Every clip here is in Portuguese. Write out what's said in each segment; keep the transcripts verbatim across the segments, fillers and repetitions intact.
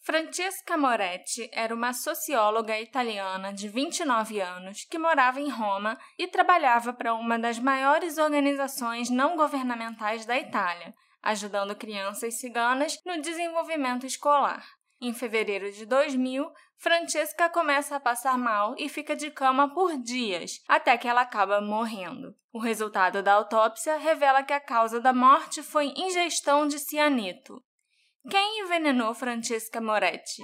Francesca Moretti era uma socióloga italiana de vinte e nove anos que morava em Roma e trabalhava para uma das maiores organizações não governamentais da Itália, ajudando crianças ciganas no desenvolvimento escolar. Em fevereiro de dois mil, Francesca começa a passar mal e fica de cama por dias, até que ela acaba morrendo. O resultado da autópsia revela que a causa da morte foi ingestão de cianeto. Quem envenenou Francesca Moretti?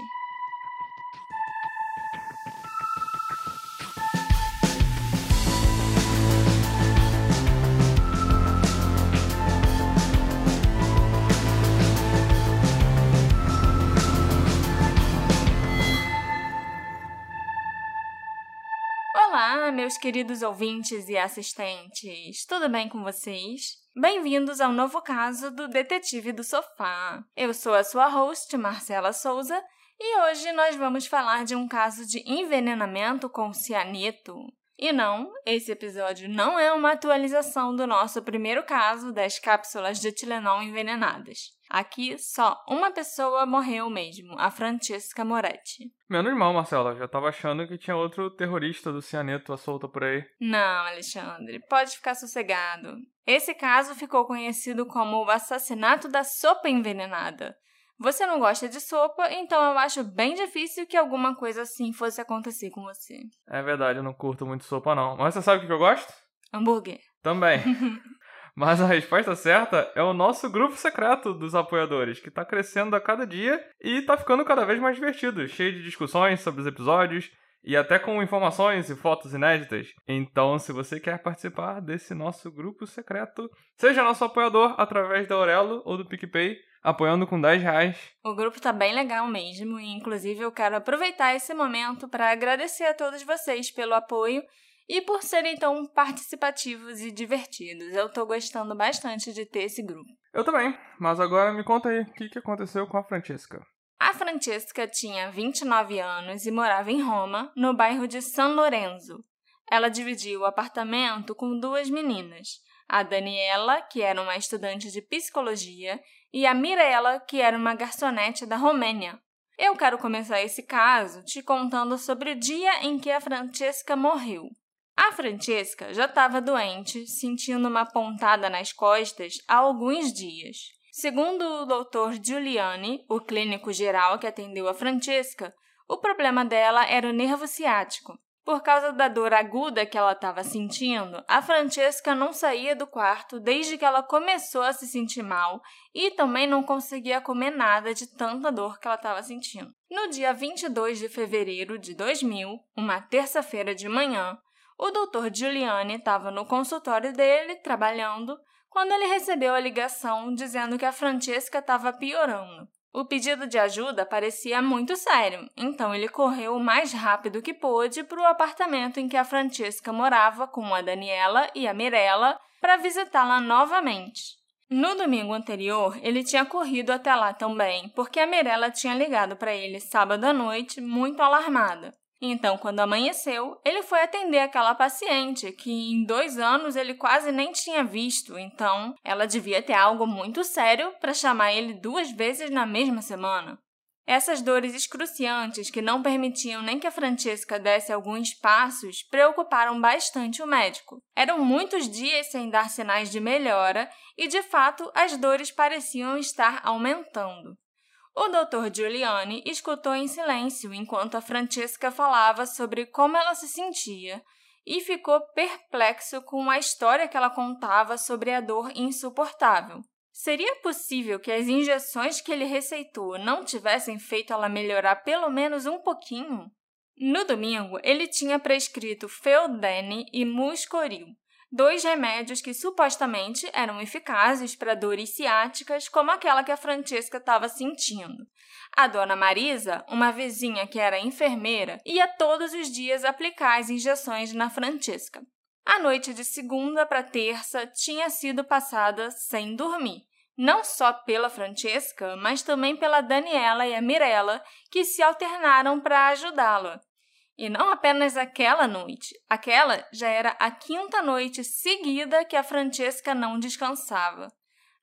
Olá, meus queridos ouvintes e assistentes, tudo bem com vocês? Bem-vindos ao novo caso do Detetive do Sofá. Eu sou a sua host, Marcela Souza, e hoje nós vamos falar de um caso de envenenamento com cianeto. E não, esse episódio não é uma atualização do nosso primeiro caso das cápsulas de Tilenol envenenadas. Aqui, só uma pessoa morreu mesmo, a Francesca Moretti. Menos mal, Marcela. Já tava achando que tinha outro terrorista do cianeto à solta por aí. Não, Alexandre, pode ficar sossegado. Esse caso ficou conhecido como o assassinato da sopa envenenada. Você não gosta de sopa, então eu acho bem difícil que alguma coisa assim fosse acontecer com você. É verdade, eu não curto muito sopa não. Mas você sabe o que eu gosto? Hambúrguer. Também. Mas a resposta certa é o nosso grupo secreto dos apoiadores, que tá crescendo a cada dia e tá ficando cada vez mais divertido, cheio de discussões sobre os episódios e até com informações e fotos inéditas. Então, se você quer participar desse nosso grupo secreto, seja nosso apoiador através da Aurelo ou do PicPay, apoiando com dez reais. O grupo tá bem legal mesmo e, inclusive, eu quero aproveitar esse momento para agradecer a todos vocês pelo apoio e por serem tão participativos e divertidos. Eu tô gostando bastante de ter esse grupo. Eu também, mas agora me conta aí, o que, que aconteceu com a Francesca? A Francesca tinha vinte e nove anos e morava em Roma, no bairro de San Lorenzo. Ela dividia o apartamento com duas meninas, a Daniela, que era uma estudante de psicologia, e a Mirella, que era uma garçonete da Romênia. Eu quero começar esse caso te contando sobre o dia em que a Francesca morreu. A Francesca já estava doente, sentindo uma pontada nas costas há alguns dias. Segundo o doutor Giuliani, o clínico geral que atendeu a Francesca, o problema dela era o nervo ciático. Por causa da dor aguda que ela estava sentindo, a Francesca não saía do quarto desde que ela começou a se sentir mal e também não conseguia comer nada de tanta dor que ela estava sentindo. No dia vinte e dois de fevereiro de dois mil, uma terça-feira de manhã, o doutor Giuliani estava no consultório dele, trabalhando, quando ele recebeu a ligação dizendo que a Francesca estava piorando. O pedido de ajuda parecia muito sério, então ele correu o mais rápido que pôde para o apartamento em que a Francesca morava com a Daniela e a Mirella para visitá-la novamente. No domingo anterior, ele tinha corrido até lá também, porque a Mirella tinha ligado para ele sábado à noite, muito alarmada. Então, quando amanheceu, ele foi atender aquela paciente que em dois anos ele quase nem tinha visto, então ela devia ter algo muito sério para chamar ele duas vezes na mesma semana. Essas dores excruciantes que não permitiam nem que a Francesca desse alguns passos preocuparam bastante o médico. Eram muitos dias sem dar sinais de melhora e, de fato, as dores pareciam estar aumentando. O doutor Giuliani escutou em silêncio enquanto a Francesca falava sobre como ela se sentia e ficou perplexo com a história que ela contava sobre a dor insuportável. Seria possível que as injeções que ele receitou não tivessem feito ela melhorar pelo menos um pouquinho? No domingo, ele tinha prescrito Feudene e Muscoril, dois remédios que supostamente eram eficazes para dores ciáticas como aquela que a Francesca estava sentindo. A dona Marisa, uma vizinha que era enfermeira, ia todos os dias aplicar as injeções na Francesca. A noite de segunda para terça tinha sido passada sem dormir, não só pela Francesca, mas também pela Daniela e a Mirella, que se alternaram para ajudá-la. E não apenas aquela noite, aquela já era a quinta noite seguida que a Francesca não descansava.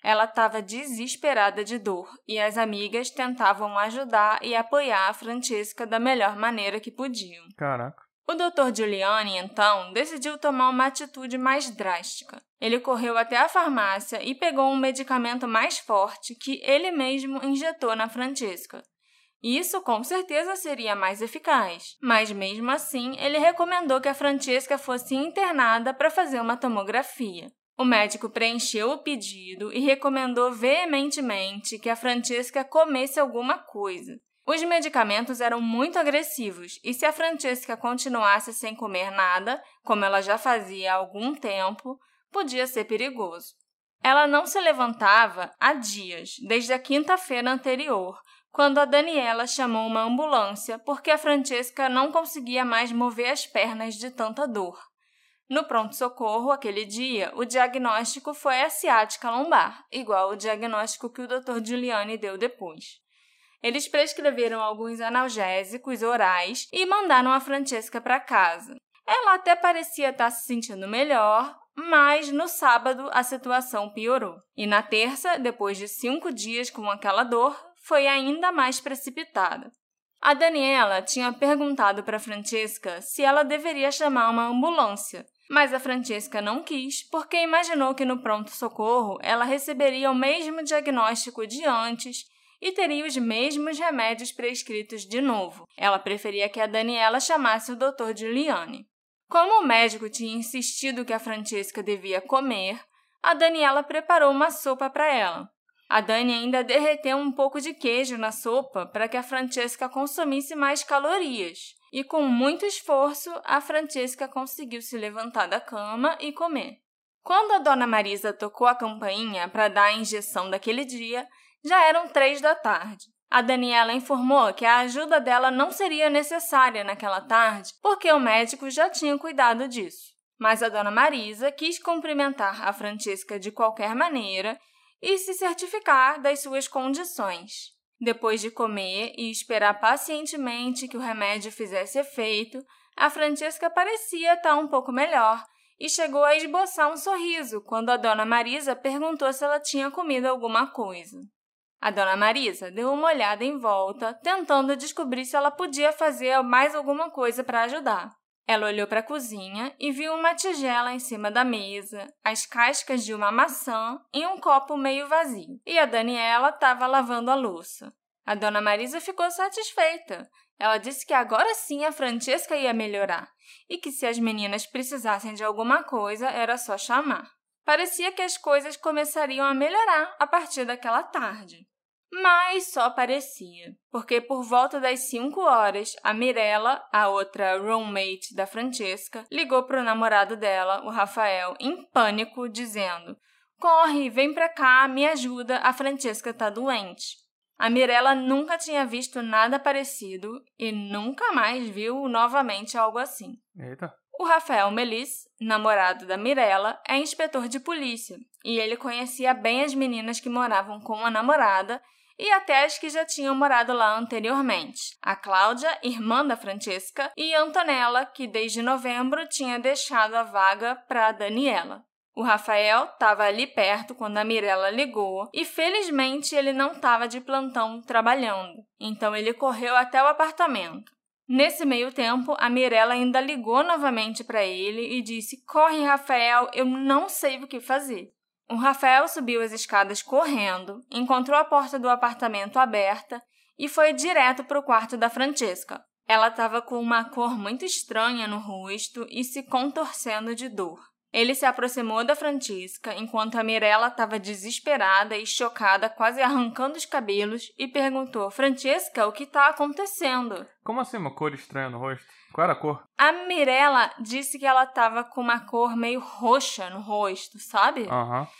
Ela estava desesperada de dor e as amigas tentavam ajudar e apoiar a Francesca da melhor maneira que podiam. Caraca. O doutor Giuliani, então, decidiu tomar uma atitude mais drástica. Ele correu até a farmácia e pegou um medicamento mais forte que ele mesmo injetou na Francesca. Isso, com certeza, seria mais eficaz, mas mesmo assim, ele recomendou que a Francesca fosse internada para fazer uma tomografia. O médico preencheu o pedido e recomendou veementemente que a Francesca comesse alguma coisa. Os medicamentos eram muito agressivos e se a Francesca continuasse sem comer nada, como ela já fazia há algum tempo, podia ser perigoso. Ela não se levantava há dias, desde a quinta-feira anterior, quando a Daniela chamou uma ambulância porque a Francesca não conseguia mais mover as pernas de tanta dor. No pronto-socorro, aquele dia, o diagnóstico foi a ciática lombar, igual o diagnóstico que o doutor Giuliani deu depois. Eles prescreveram alguns analgésicos orais e mandaram a Francesca para casa. Ela até parecia estar se sentindo melhor, mas no sábado a situação piorou. E na terça, depois de cinco dias com aquela dor, foi ainda mais precipitada. A Daniela tinha perguntado para a Francesca se ela deveria chamar uma ambulância, mas a Francesca não quis porque imaginou que no pronto-socorro ela receberia o mesmo diagnóstico de antes e teria os mesmos remédios prescritos de novo. Ela preferia que a Daniela chamasse o doutor Giuliani. Como o médico tinha insistido que a Francesca devia comer, a Daniela preparou uma sopa para ela. A Dani ainda derreteu um pouco de queijo na sopa para que a Francesca consumisse mais calorias. E com muito esforço, a Francesca conseguiu se levantar da cama e comer. Quando a dona Marisa tocou a campainha para dar a injeção daquele dia, já eram três da tarde. A Daniela informou que a ajuda dela não seria necessária naquela tarde, porque o médico já tinha cuidado disso. Mas a dona Marisa quis cumprimentar a Francesca de qualquer maneira e se certificar das suas condições. Depois de comer e esperar pacientemente que o remédio fizesse efeito, a Francesca parecia estar um pouco melhor e chegou a esboçar um sorriso quando a dona Marisa perguntou se ela tinha comido alguma coisa. A dona Marisa deu uma olhada em volta, tentando descobrir se ela podia fazer mais alguma coisa para ajudar. Ela olhou para a cozinha e viu uma tigela em cima da mesa, as cascas de uma maçã e um copo meio vazio. E a Daniela estava lavando a louça. A dona Marisa ficou satisfeita. Ela disse que agora sim a Francesca ia melhorar e que se as meninas precisassem de alguma coisa era só chamar. Parecia que as coisas começariam a melhorar a partir daquela tarde. Mas só parecia, porque por volta das cinco horas, a Mirella, a outra roommate da Francesca, ligou para o namorado dela, o Rafael, em pânico, dizendo: "Corre, vem pra cá, me ajuda, a Francesca tá doente." A Mirella nunca tinha visto nada parecido e nunca mais viu novamente algo assim. Eita. O Rafael Melis, namorado da Mirella, é inspetor de polícia e ele conhecia bem as meninas que moravam com a namorada e até as que já tinham morado lá anteriormente. A Cláudia, irmã da Francesca, e a Antonella, que desde novembro tinha deixado a vaga para a Daniela. O Rafael estava ali perto quando a Mirella ligou e, felizmente, ele não estava de plantão trabalhando. Então, ele correu até o apartamento. Nesse meio tempo, a Mirella ainda ligou novamente para ele e disse: "Corre, Rafael, eu não sei o que fazer." O Rafael subiu as escadas correndo, encontrou a porta do apartamento aberta e foi direto para o quarto da Francesca. Ela estava com uma cor muito estranha no rosto e se contorcendo de dor. Ele se aproximou da Francesca enquanto a Mirella estava desesperada e chocada, quase arrancando os cabelos, e perguntou: "Francesca, o que está acontecendo?" Como assim uma cor estranha no rosto? Qual era a cor? A Mirella disse que ela estava com uma cor meio roxa no rosto, sabe? Aham. Uhum.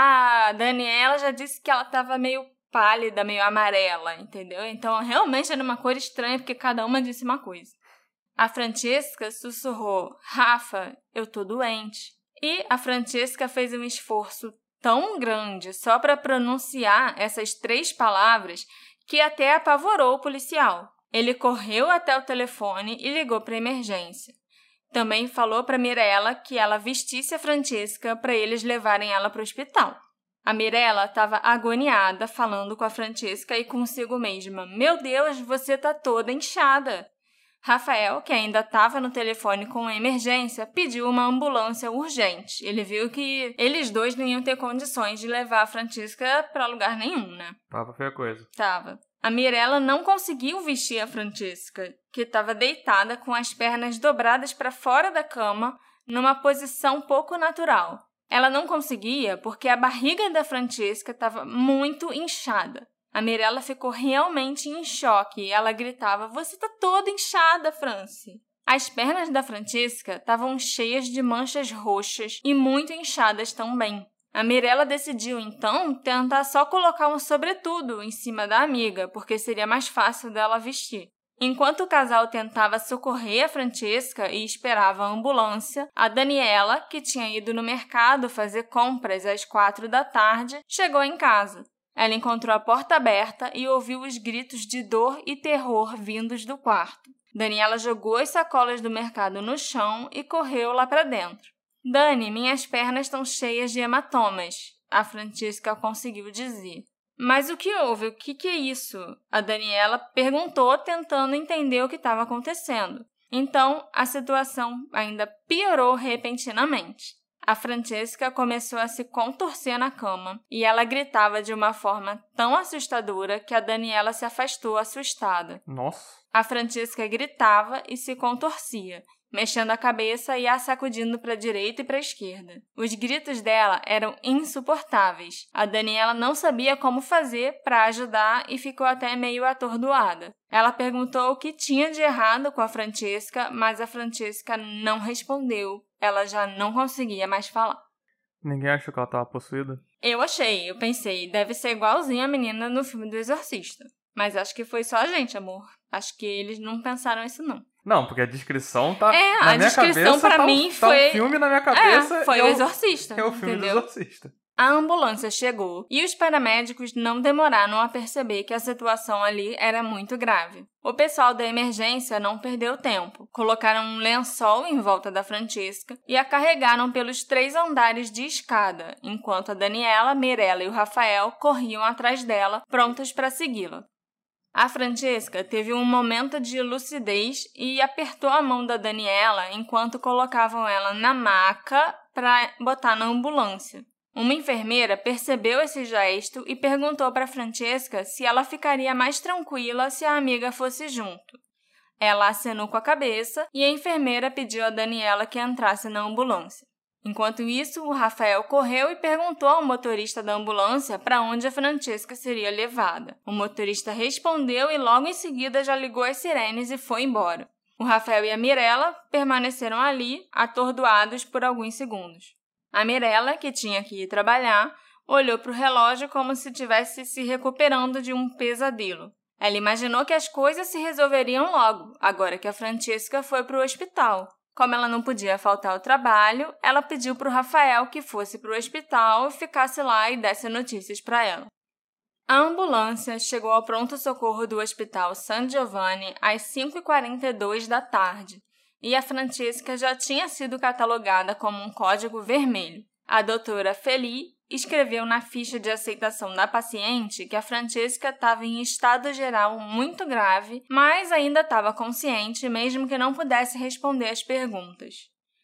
A Daniela já disse que ela estava meio pálida, meio amarela, entendeu? Então, realmente era uma cor estranha, porque cada uma disse uma coisa. A Francesca sussurrou: "Rafa, eu tô doente." E a Francesca fez um esforço tão grande só para pronunciar essas três palavras que até apavorou o policial. Ele correu até o telefone e ligou para a emergência. Também falou para Mirella que ela vestisse a Francesca para eles levarem ela para o hospital. A Mirella estava agoniada falando com a Francesca e consigo mesma. Meu Deus, você tá toda inchada. Rafael, que ainda estava no telefone com a emergência, pediu uma ambulância urgente. Ele viu que eles dois não iam ter condições de levar a Francesca para lugar nenhum, né? Tava feia coisa. Tava. A Mirella não conseguiu vestir a Francesca, que estava deitada com as pernas dobradas para fora da cama, numa posição pouco natural. Ela não conseguia porque a barriga da Francesca estava muito inchada. A Mirella ficou realmente em choque e ela gritava, você tá toda inchada, Franci. As pernas da Francesca estavam cheias de manchas roxas e muito inchadas também. A Mirella decidiu, então, tentar só colocar um sobretudo em cima da amiga, porque seria mais fácil dela vestir. Enquanto o casal tentava socorrer a Francesca e esperava a ambulância, a Daniela, que tinha ido no mercado fazer compras às quatro da tarde, chegou em casa. Ela encontrou a porta aberta e ouviu os gritos de dor e terror vindos do quarto. Daniela jogou as sacolas do mercado no chão e correu lá para dentro. Dani, minhas pernas estão cheias de hematomas, a Francesca conseguiu dizer. Mas o que houve? O que, que é isso? A Daniela perguntou, tentando entender o que estava acontecendo. Então, a situação ainda piorou repentinamente. A Francesca começou a se contorcer na cama e ela gritava de uma forma tão assustadora que a Daniela se afastou assustada. Nossa! A Francesca gritava e se contorcia, mexendo a cabeça e a sacudindo para a direita e para a esquerda. Os gritos dela eram insuportáveis. A Daniela não sabia como fazer para ajudar e ficou até meio atordoada. Ela perguntou o que tinha de errado com a Francesca, mas a Francesca não respondeu. Ela já não conseguia mais falar. Ninguém achou que ela estava possuída? Eu achei, eu pensei, deve ser igualzinho a menina no filme do Exorcista. Mas acho que foi só a gente, amor. Acho que eles não pensaram isso, não. Não, porque a descrição tá é, na a minha descrição cabeça, pra tá mim um, foi... Tá um filme na minha cabeça. É, foi é o Exorcista, É o filme entendeu? do Exorcista. A ambulância chegou e os paramédicos não demoraram a perceber que a situação ali era muito grave. O pessoal da emergência não perdeu tempo. Colocaram um lençol em volta da Francesca e a carregaram pelos três andares de escada, enquanto a Daniela, Mirella e o Rafael corriam atrás dela, prontos para segui-la. A Francesca teve um momento de lucidez e apertou a mão da Daniela enquanto colocavam ela na maca para botar na ambulância. Uma enfermeira percebeu esse gesto e perguntou para Francesca se ela ficaria mais tranquila se a amiga fosse junto. Ela acenou com a cabeça e a enfermeira pediu a Daniela que entrasse na ambulância. Enquanto isso, o Rafael correu e perguntou ao motorista da ambulância para onde a Francesca seria levada. O motorista respondeu e logo em seguida já ligou as sirenes e foi embora. O Rafael e a Mirella permaneceram ali, atordoados por alguns segundos. A Mirella, que tinha que ir trabalhar, olhou para o relógio como se estivesse se recuperando de um pesadelo. Ela imaginou que as coisas se resolveriam logo, agora que a Francesca foi para o hospital. Como ela não podia faltar ao trabalho, ela pediu para o Rafael que fosse para o hospital e ficasse lá e desse notícias para ela. A ambulância chegou ao pronto-socorro do Hospital San Giovanni às cinco e quarenta e dois da tarde. E a Francesca já tinha sido catalogada como um código vermelho. A doutora Feli escreveu na ficha de aceitação da paciente que a Francesca estava em estado geral muito grave, mas ainda estava consciente, mesmo que não pudesse responder às perguntas.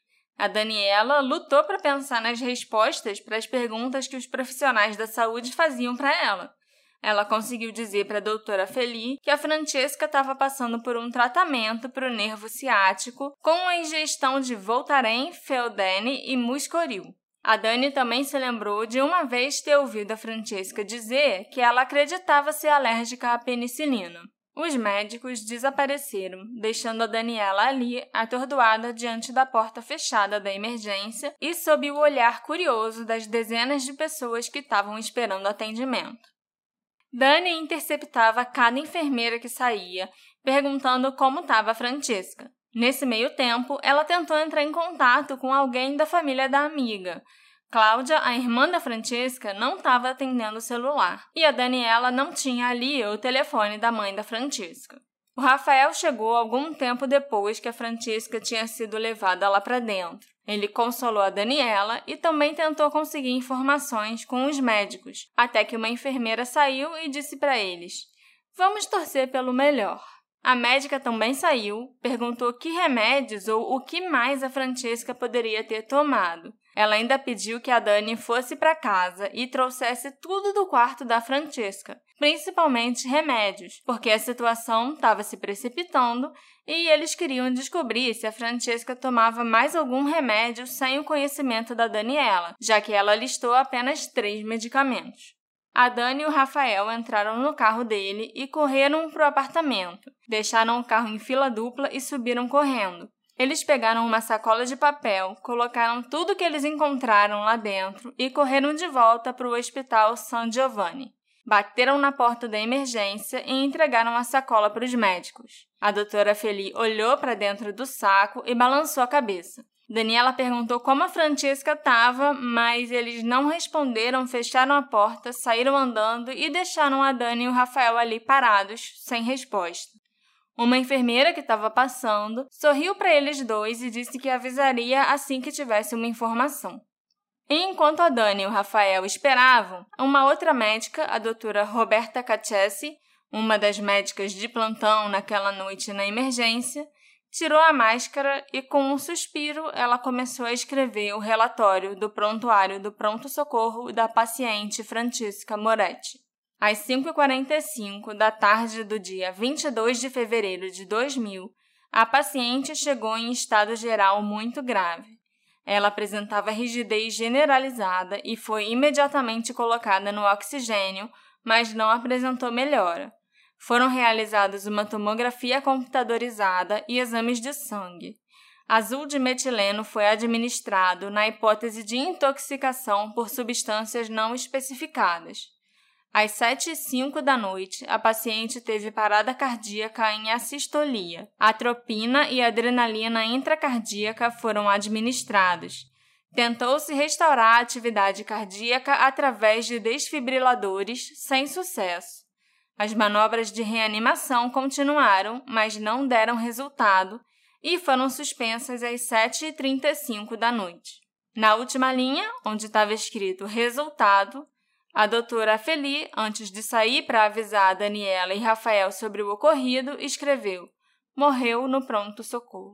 A Daniela lutou para pensar nas respostas para as perguntas que os profissionais da saúde faziam para ela. Ela conseguiu dizer para a doutora Feli que a Francesca estava passando por um tratamento para o nervo ciático com a ingestão de Voltaren, Feldene e Muscoril. A Dani também se lembrou de uma vez ter ouvido a Francesca dizer que ela acreditava ser alérgica à penicilina. Os médicos desapareceram, deixando a Daniela ali, atordoada diante da porta fechada da emergência e sob o olhar curioso das dezenas de pessoas que estavam esperando atendimento. Dani interceptava cada enfermeira que saía, perguntando como estava a Francesca. Nesse meio tempo, ela tentou entrar em contato com alguém da família da amiga. Cláudia, a irmã da Francesca, não estava atendendo o celular, e a Daniela não tinha ali o telefone da mãe da Francesca. O Rafael chegou algum tempo depois que a Francesca tinha sido levada lá para dentro. Ele consolou a Daniela e também tentou conseguir informações com os médicos, até que uma enfermeira saiu e disse para eles: "Vamos torcer pelo melhor." A médica também saiu, perguntou que remédios ou o que mais a Francesca poderia ter tomado. Ela ainda pediu que a Dani fosse para casa e trouxesse tudo do quarto da Francesca, principalmente remédios, porque a situação estava se precipitando e eles queriam descobrir se a Francesca tomava mais algum remédio sem o conhecimento da Daniela, já que ela listou apenas três medicamentos. A Dani e o Rafael entraram no carro dele e correram para o apartamento. Deixaram o carro em fila dupla e subiram correndo. Eles pegaram uma sacola de papel, colocaram tudo que eles encontraram lá dentro e correram de volta para o Hospital San Giovanni. Bateram na porta da emergência e entregaram a sacola para os médicos. A doutora Feli olhou para dentro do saco e balançou a cabeça. Daniela perguntou como a Francesca estava, mas eles não responderam, fecharam a porta, saíram andando e deixaram a Dani e o Rafael ali parados, sem resposta. Uma enfermeira que estava passando sorriu para eles dois e disse que avisaria assim que tivesse uma informação. E enquanto a Dani e o Rafael esperavam, uma outra médica, a doutora Roberta Caccesi, uma das médicas de plantão naquela noite na emergência, tirou a máscara e, com um suspiro, ela começou a escrever o relatório do prontuário do pronto-socorro da paciente Francesca Moretti. Às cinco e quarenta e cinco da tarde do dia vinte e dois de fevereiro de dois mil, a paciente chegou em estado geral muito grave. Ela apresentava rigidez generalizada e foi imediatamente colocada no oxigênio, mas não apresentou melhora. Foram realizadas uma tomografia computadorizada e exames de sangue. Azul de metileno foi administrado na hipótese de intoxicação por substâncias não especificadas. Às sete e cinco da noite, a paciente teve parada cardíaca em assistolia. Atropina e adrenalina intracardíaca foram administrados. Tentou-se restaurar a atividade cardíaca através de desfibriladores, sem sucesso. As manobras de reanimação continuaram, mas não deram resultado e foram suspensas às sete e trinta e cinco da noite. Na última linha, onde estava escrito resultado, a doutora Feli, antes de sair para avisar a Daniela e Rafael sobre o ocorrido, escreveu: "Morreu no pronto-socorro."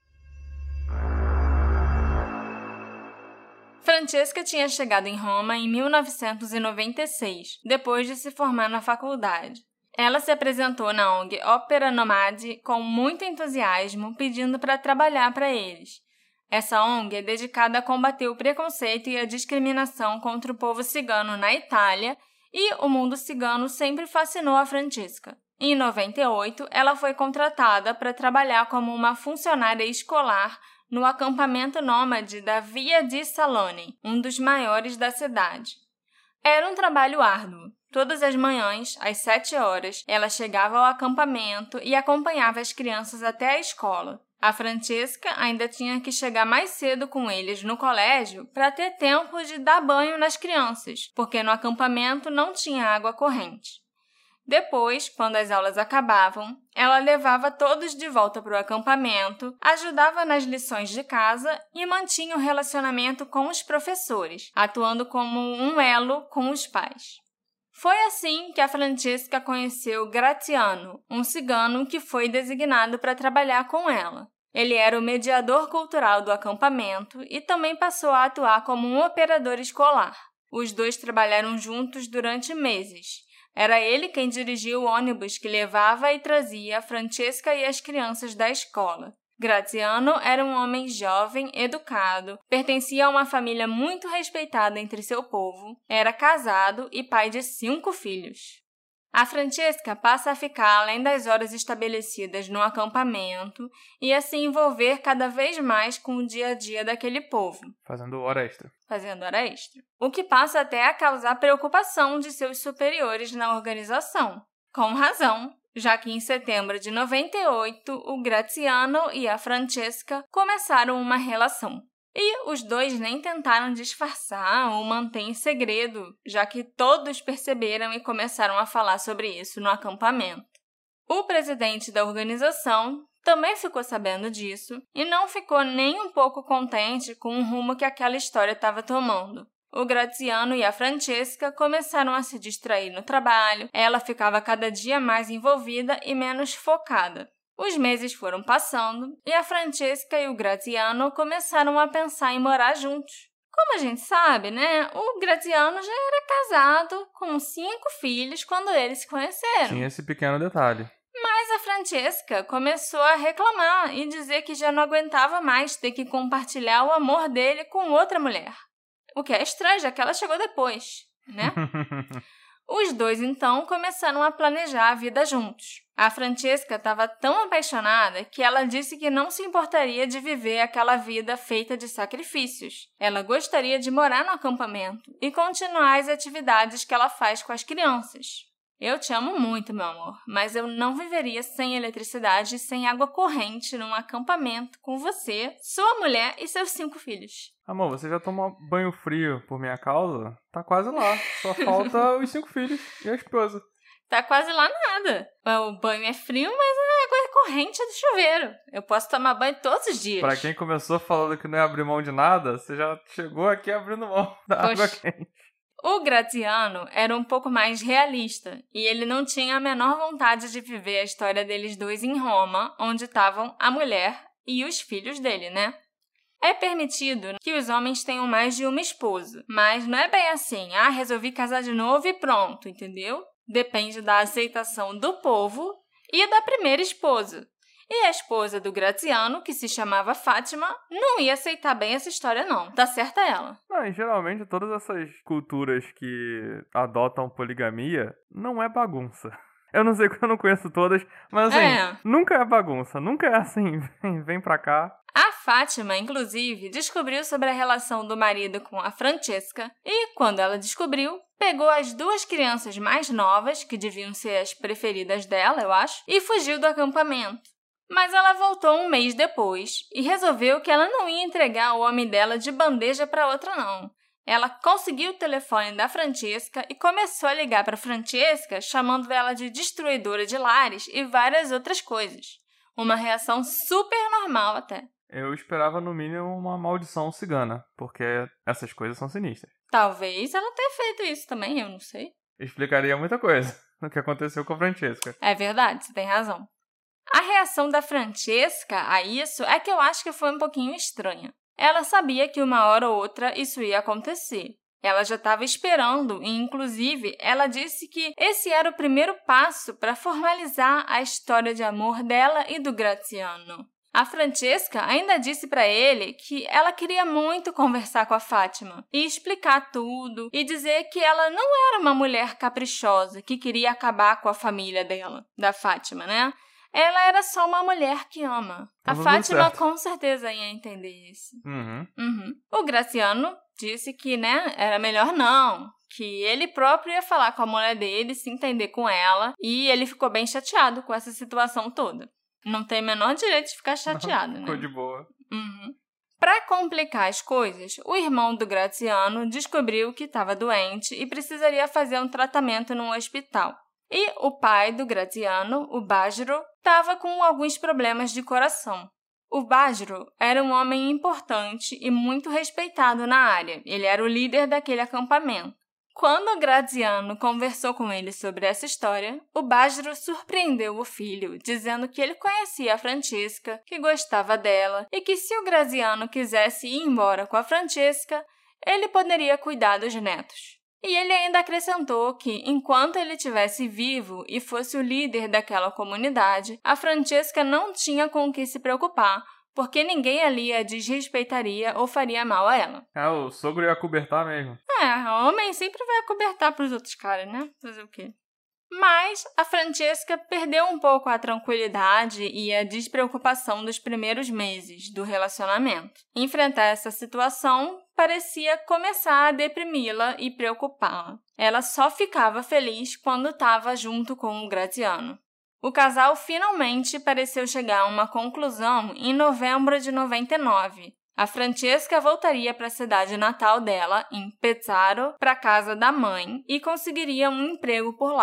Francesca tinha chegado em Roma em mil novecentos e noventa e seis, depois de se formar na faculdade. Ela se apresentou na O N G Opera Nomade com muito entusiasmo, pedindo para trabalhar para eles. Essa O N G é dedicada a combater o preconceito e a discriminação contra o povo cigano na Itália, e o mundo cigano sempre fascinou a Francesca. Em noventa e oito, ela foi contratada para trabalhar como uma funcionária escolar no acampamento nômade da Via di Salone, um dos maiores da cidade. Era um trabalho árduo. Todas as manhãs, às sete horas, ela chegava ao acampamento e acompanhava as crianças até a escola. A Francesca ainda tinha que chegar mais cedo com eles no colégio para ter tempo de dar banho nas crianças, porque no acampamento não tinha água corrente. Depois, quando as aulas acabavam, ela levava todos de volta para o acampamento, ajudava nas lições de casa e mantinha o relacionamento com os professores, atuando como um elo com os pais. Foi assim que a Francesca conheceu Graziano, um cigano que foi designado para trabalhar com ela. Ele era o mediador cultural do acampamento e também passou a atuar como um operador escolar. Os dois trabalharam juntos durante meses. Era ele quem dirigia o ônibus que levava e trazia a Francesca e as crianças da escola. Graziano era um homem jovem, educado, pertencia a uma família muito respeitada entre seu povo, era casado e pai de cinco filhos. A Francesca passa a ficar além das horas estabelecidas no acampamento e a se envolver cada vez mais com o dia a dia daquele povo. Fazendo hora extra. Fazendo hora extra. O que passa até a causar preocupação de seus superiores na organização. Com razão, já que em setembro de noventa e oito, o Graziano e a Francesca começaram uma relação. E os dois nem tentaram disfarçar ou manter em segredo, já que todos perceberam e começaram a falar sobre isso no acampamento. O presidente da organização, também ficou sabendo disso e não ficou nem um pouco contente com o rumo que aquela história estava tomando. O Graziano e a Francesca começaram a se distrair no trabalho, ela ficava cada dia mais envolvida e menos focada. Os meses foram passando e a Francesca e o Graziano começaram a pensar em morar juntos. Como a gente sabe, né? O Graziano já era casado com cinco filhos quando eles se conheceram. Tinha esse pequeno detalhe. Mas a Francesca começou a reclamar e dizer que já não aguentava mais ter que compartilhar o amor dele com outra mulher. O que é estranho, já que ela chegou depois, né? Os dois, então, começaram a planejar a vida juntos. A Francesca estava tão apaixonada que ela disse que não se importaria de viver aquela vida feita de sacrifícios. Ela gostaria de morar no acampamento e continuar as atividades que ela faz com as crianças. Eu te amo muito, meu amor, mas eu não viveria sem eletricidade e sem água corrente num acampamento com você, sua mulher e seus cinco filhos. Amor, você já tomou banho frio por minha causa? Tá quase lá. Só falta os cinco filhos e a esposa. Tá quase lá nada. O banho é frio, mas a água é corrente do chuveiro. Eu posso tomar banho todos os dias. Pra quem começou falando que não ia abrir mão de nada, você já chegou aqui abrindo mão da Poxa. água quente. O Graziano era um pouco mais realista e ele não tinha a menor vontade de viver a história deles dois em Roma, onde estavam a mulher e os filhos dele, né? É permitido que os homens tenham mais de uma esposa, mas não é bem assim, ah, resolvi casar de novo e pronto, entendeu? Depende da aceitação do povo e da primeira esposa. E a esposa do Graziano, que se chamava Fátima, não ia aceitar bem essa história não, tá certa ela. Não, e geralmente todas essas culturas que adotam poligamia não é bagunça. Eu não sei que eu não conheço todas, mas assim, É. nunca é bagunça, nunca é assim, vem, vem pra cá. A Fátima, inclusive, descobriu sobre a relação do marido com a Francesca e, quando ela descobriu, pegou as duas crianças mais novas, que deviam ser as preferidas dela, eu acho, e fugiu do acampamento. Mas ela voltou um mês depois e resolveu que ela não ia entregar o homem dela de bandeja para outra, não. Ela conseguiu o telefone da Francesca e começou a ligar para Francesca, chamando ela de destruidora de lares e várias outras coisas. Uma reação super normal até. Eu esperava no mínimo uma maldição cigana, porque essas coisas são sinistras. Talvez ela tenha feito isso também, eu não sei. Explicaria muita coisa do que aconteceu com a Francesca. É verdade, você tem razão. A reação da Francesca a isso é que eu acho que foi um pouquinho estranha. Ela sabia que uma hora ou outra isso ia acontecer. Ela já estava esperando e, inclusive, ela disse que esse era o primeiro passo para formalizar a história de amor dela e do Graziano. A Francesca ainda disse para ele que ela queria muito conversar com a Fátima e explicar tudo e dizer que ela não era uma mulher caprichosa que queria acabar com a família dela, da Fátima, né? Ela era só uma mulher que ama. A Tudo Fátima certo. com certeza ia entender isso. Uhum. Uhum. O Graziano disse que, né, era melhor não, que ele próprio ia falar com a mulher dele, se entender com ela, e ele ficou bem chateado com essa situação toda. Não tem o menor direito de ficar chateado, Não, né? ficou de boa. Uhum. Para complicar as coisas, o irmão do Graziano descobriu que estava doente e precisaria fazer um tratamento num hospital. E o pai do Graziano, o Baggio, estava com alguns problemas de coração. O Baggio era um homem importante e muito respeitado na área. Ele era o líder daquele acampamento. Quando o Graziano conversou com ele sobre essa história, o Baggio surpreendeu o filho, dizendo que ele conhecia a Francesca, que gostava dela e que se o Graziano quisesse ir embora com a Francesca, ele poderia cuidar dos netos. E ele ainda acrescentou que, enquanto ele estivesse vivo e fosse o líder daquela comunidade, a Francesca não tinha com o que se preocupar, porque ninguém ali a desrespeitaria ou faria mal a ela. É, o sogro ia cobertar mesmo. É, homem sempre vai acobertar pros outros caras, né? Fazer o quê? Mas a Francesca perdeu um pouco a tranquilidade e a despreocupação dos primeiros meses do relacionamento. Enfrentar essa situação parecia começar a deprimi-la e preocupá-la. Ela só ficava feliz quando estava junto com o Graziano. O casal finalmente pareceu chegar a uma conclusão em novembro de noventa e nove. A Francesca voltaria para a cidade natal dela, em Pesaro, para a casa da mãe, e conseguiria um emprego por lá.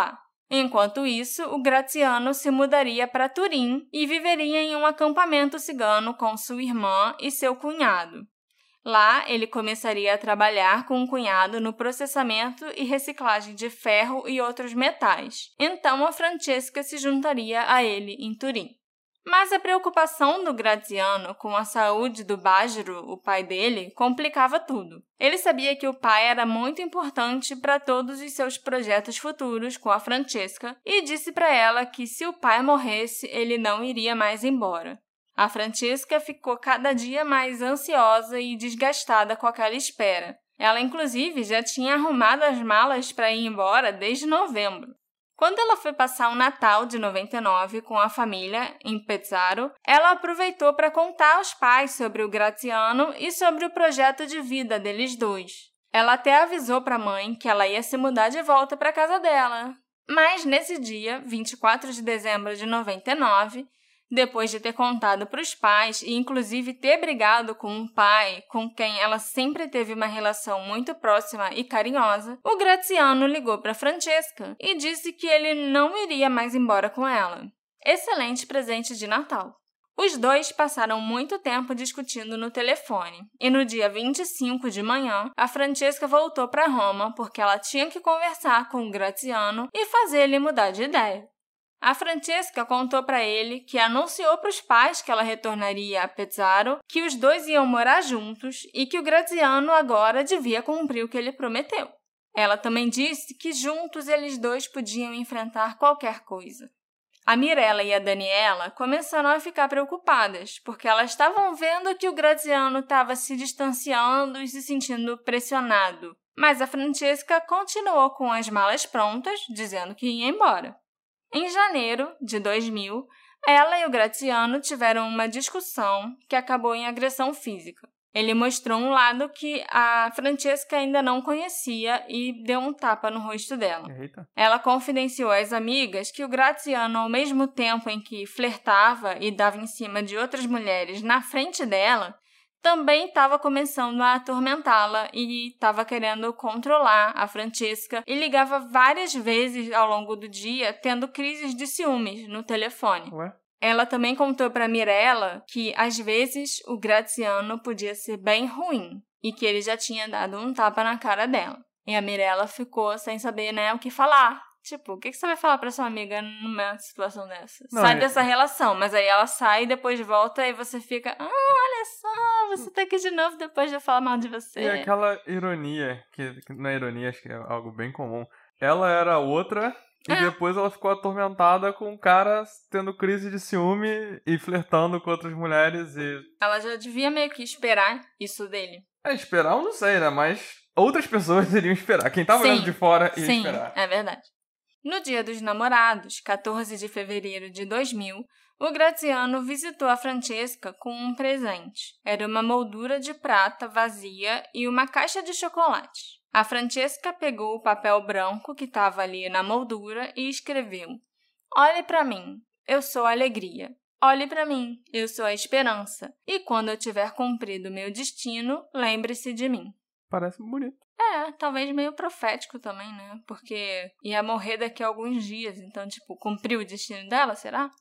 Enquanto isso, o Graziano se mudaria para Turim e viveria em um acampamento cigano com sua irmã e seu cunhado. Lá, ele começaria a trabalhar com o cunhado no processamento e reciclagem de ferro e outros metais. Então, a Francesca se juntaria a ele em Turim. Mas a preocupação do Graziano com a saúde do Baggio, o pai dele, complicava tudo. Ele sabia que o pai era muito importante para todos os seus projetos futuros com a Francesca e disse para ela que se o pai morresse, ele não iria mais embora. A Francesca ficou cada dia mais ansiosa e desgastada com aquela espera. Ela, inclusive, já tinha arrumado as malas para ir embora desde novembro. Quando ela foi passar o Natal de noventa e nove com a família em Pesaro, ela aproveitou para contar aos pais sobre o Graziano e sobre o projeto de vida deles dois. Ela até avisou para a mãe que ela ia se mudar de volta para a casa dela. Mas nesse dia, vinte e quatro de dezembro de noventa e nove, depois de ter contado para os pais e inclusive ter brigado com um pai com quem ela sempre teve uma relação muito próxima e carinhosa, o Graziano ligou para Francesca e disse que ele não iria mais embora com ela. Excelente presente de Natal! Os dois passaram muito tempo discutindo no telefone, e no dia vinte e cinco de manhã, a Francesca voltou para Roma porque ela tinha que conversar com o Graziano e fazer ele mudar de ideia. A Francesca contou para ele que anunciou para os pais que ela retornaria a Pesaro, que os dois iam morar juntos e que o Graziano agora devia cumprir o que ele prometeu. Ela também disse que juntos eles dois podiam enfrentar qualquer coisa. A Mirella e a Daniela começaram a ficar preocupadas, porque elas estavam vendo que o Graziano estava se distanciando e se sentindo pressionado. Mas a Francesca continuou com as malas prontas, dizendo que ia embora. Em janeiro de dois mil, ela e o Graziano tiveram uma discussão que acabou em agressão física. Ele mostrou um lado que a Francesca ainda não conhecia e deu um tapa no rosto dela. Eita. Ela confidenciou às amigas que o Graziano, ao mesmo tempo em que flertava e dava em cima de outras mulheres na frente dela, também estava começando a atormentá-la e estava querendo controlar a Francesca e ligava várias vezes ao longo do dia, tendo crises de ciúmes no telefone. Ué? Ela também contou para Mirella que, às vezes, o Graziano podia ser bem ruim e que ele já tinha dado um tapa na cara dela. E a Mirella ficou sem saber, né, o que falar. Tipo, o que você vai falar pra sua amiga numa situação dessa? Não, sai é... dessa relação, mas aí ela sai e depois volta e você fica... Ah, olha só, você tá aqui de novo depois de eu falar mal de você. E aquela ironia, que, que não é ironia, acho que é algo bem comum. Ela era outra e é. depois ela ficou atormentada com um cara tendo crise de ciúme e flertando com outras mulheres e... Ela já devia meio que esperar isso dele. É, esperar eu não sei, né? Mas outras pessoas iriam esperar. Quem tava olhando de fora ia sim, esperar. Sim, é verdade. No Dia dos Namorados, quatorze de fevereiro de dois mil, o Graziano visitou a Francesca com um presente. Era uma moldura de prata vazia e uma caixa de chocolate. A Francesca pegou o papel branco que estava ali na moldura e escreveu: "Olhe para mim, eu sou a alegria. Olhe para mim, eu sou a esperança. E quando eu tiver cumprido meu destino, lembre-se de mim." Parece bonito. É, talvez meio profético também, né? Porque ia morrer daqui a alguns dias, então, tipo, cumpriu o destino dela, será?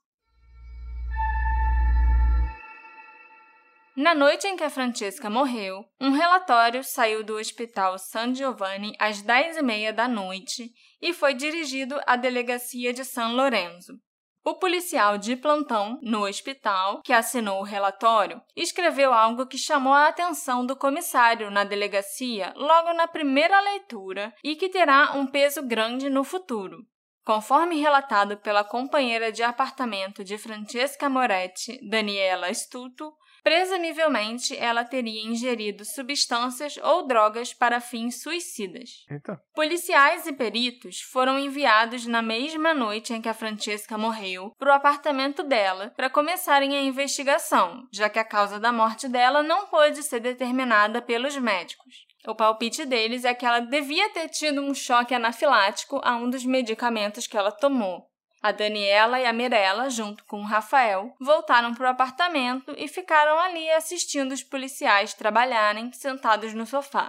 Na noite em que a Francesca morreu, um relatório saiu do Hospital San Giovanni às dez e meia da noite e foi dirigido à delegacia de San Lorenzo. O policial de plantão no hospital, que assinou o relatório, escreveu algo que chamou a atenção do comissário na delegacia logo na primeira leitura e que terá um peso grande no futuro. Conforme relatado pela companheira de apartamento de Francesca Moretti, Daniela Stuto, presumivelmente ela teria ingerido substâncias ou drogas para fins suicidas. Eita. Policiais e peritos foram enviados na mesma noite em que a Francesca morreu para o apartamento dela para começarem a investigação, já que a causa da morte dela não pôde ser determinada pelos médicos. O palpite deles é que ela devia ter tido um choque anafilático a um dos medicamentos que ela tomou. A Daniela e a Mirella, junto com o Rafael, voltaram para o apartamento e ficaram ali assistindo os policiais trabalharem, sentados no sofá.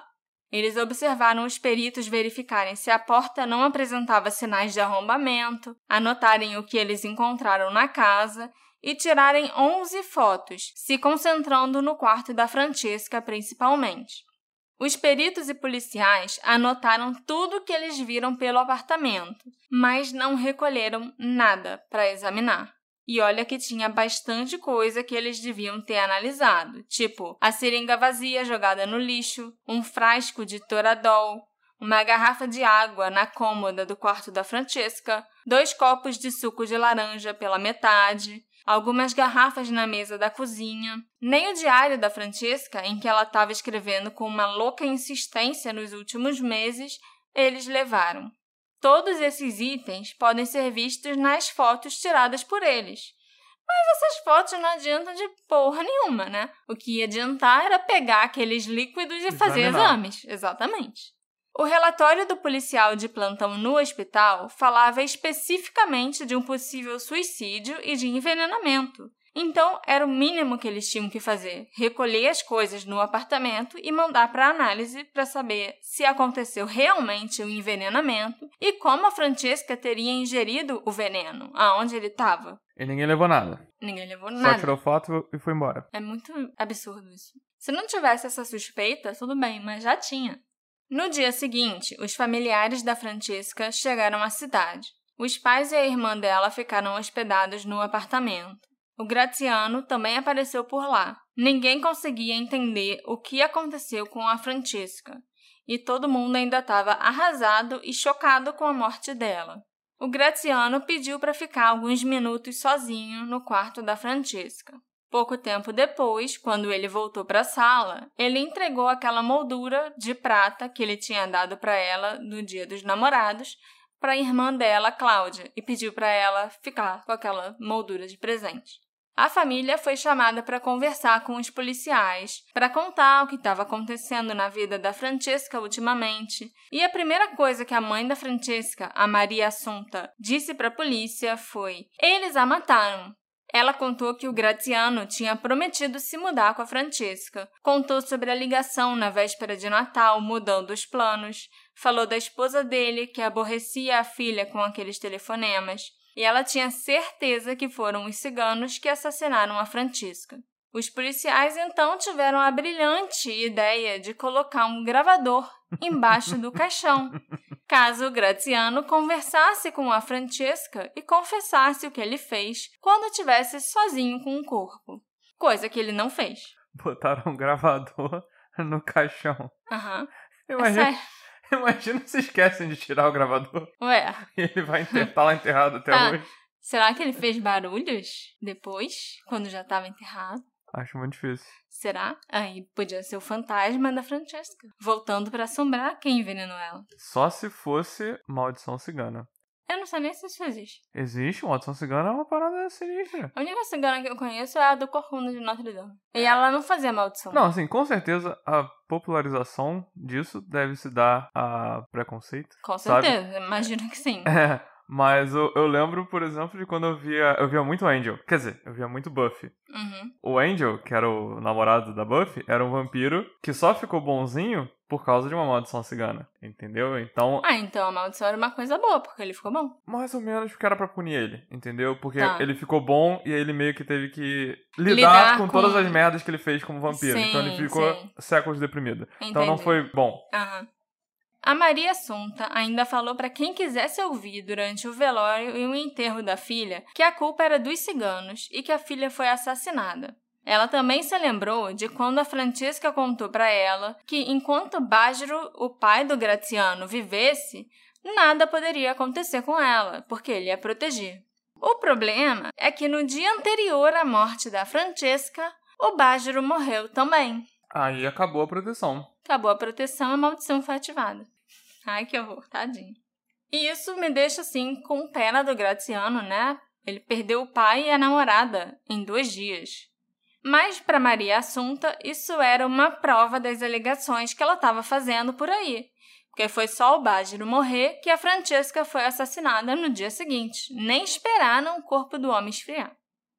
Eles observaram os peritos verificarem se a porta não apresentava sinais de arrombamento, anotarem o que eles encontraram na casa e tirarem onze fotos, se concentrando no quarto da Francesca principalmente. Os peritos e policiais anotaram tudo o que eles viram pelo apartamento, mas não recolheram nada para examinar. E olha que tinha bastante coisa que eles deviam ter analisado, tipo a seringa vazia jogada no lixo, um frasco de Toradol, uma garrafa de água na cômoda do quarto da Francesca, dois copos de suco de laranja pela metade, algumas garrafas na mesa da cozinha, nem o diário da Francesca, em que ela estava escrevendo com uma louca insistência nos últimos meses, eles levaram. Todos esses itens podem ser vistos nas fotos tiradas por eles. Mas essas fotos não adiantam de porra nenhuma, né? O que ia adiantar era pegar aqueles líquidos e fazer exames. Exatamente. O relatório do policial de plantão no hospital falava especificamente de um possível suicídio e de envenenamento. Então, era o mínimo que eles tinham que fazer, recolher as coisas no apartamento e mandar para análise para saber se aconteceu realmente o envenenamento e como a Francesca teria ingerido o veneno, aonde ele estava. E ninguém levou nada. Ninguém levou nada. Só tirou foto e foi embora. É muito absurdo isso. Se não tivesse essa suspeita, tudo bem, mas já tinha. No dia seguinte, os familiares da Francesca chegaram à cidade. Os pais e a irmã dela ficaram hospedados no apartamento. O Graziano também apareceu por lá. Ninguém conseguia entender o que aconteceu com a Francesca, e todo mundo ainda estava arrasado e chocado com a morte dela. O Graziano pediu para ficar alguns minutos sozinho no quarto da Francesca. Pouco tempo depois, quando ele voltou para a sala, ele entregou aquela moldura de prata que ele tinha dado para ela no Dia dos Namorados para a irmã dela, Cláudia, e pediu para ela ficar com aquela moldura de presente. A família foi chamada para conversar com os policiais, para contar o que estava acontecendo na vida da Francesca ultimamente. E a primeira coisa que a mãe da Francesca, a Maria Assunta, disse para a polícia foi: eles a mataram. Ela contou que o Graziano tinha prometido se mudar com a Francesca, contou sobre a ligação na véspera de Natal, mudando os planos, falou da esposa dele, que aborrecia a filha com aqueles telefonemas, e ela tinha certeza que foram os ciganos que assassinaram a Francesca. Os policiais então tiveram a brilhante ideia de colocar um gravador embaixo do caixão, caso o Graziano conversasse com a Francesca e confessasse o que ele fez quando estivesse sozinho com o corpo. Coisa que ele não fez. Botaram um gravador no caixão. Aham. Uhum. Imagina, é imagina se esquecem de tirar o gravador. Ué. E ele vai estar tá lá enterrado até ah, hoje. Será que ele fez barulhos depois, quando já estava enterrado? Acho muito difícil. Será? Aí podia ser o fantasma da Francesca, voltando pra assombrar quem envenenou ela. Só se fosse maldição cigana. Eu não sei nem se isso existe. Existe? Maldição cigana é uma parada sinistra. A única cigana que eu conheço é a do Corcunda de Notre Dame. E ela não fazia maldição. Não, assim, com certeza a popularização disso deve se dar a preconceito. Com certeza, sabe? Imagino que sim. É. Mas eu, eu lembro, por exemplo, de quando eu via... Eu via muito Angel. Quer dizer, eu via muito Buffy. Uhum. O Angel, que era o namorado da Buffy, era um vampiro que só ficou bonzinho por causa de uma maldição cigana. Entendeu? Então... Ah, então a maldição era uma coisa boa, porque ele ficou bom. Mais ou menos porque era pra punir ele, entendeu? Porque tá. ele ficou bom e aí ele meio que teve que lidar, lidar com, com todas as merdas que ele fez como vampiro. Sim, então ele ficou sim. séculos deprimido. Entendi. Então não foi bom. Aham. A Maria Assunta ainda falou para quem quisesse ouvir durante o velório e o enterro da filha que a culpa era dos ciganos e que a filha foi assassinada. Ela também se lembrou de quando a Francesca contou para ela que enquanto Bágiro, o pai do Graziano, vivesse, nada poderia acontecer com ela, porque ele ia proteger. O problema é que no dia anterior à morte da Francesca, o Bágiro morreu também. Aí acabou a proteção. Acabou a proteção, a maldição foi ativada. Ai, que horror, tadinho. E isso me deixa, assim, com pena do Graziano, né? Ele perdeu o pai e a namorada em dois dias. Mas, para Maria Assunta, isso era uma prova das alegações que ela estava fazendo por aí. Porque foi só o Bágiro morrer que a Francesca foi assassinada no dia seguinte. Nem esperaram o corpo do homem esfriar.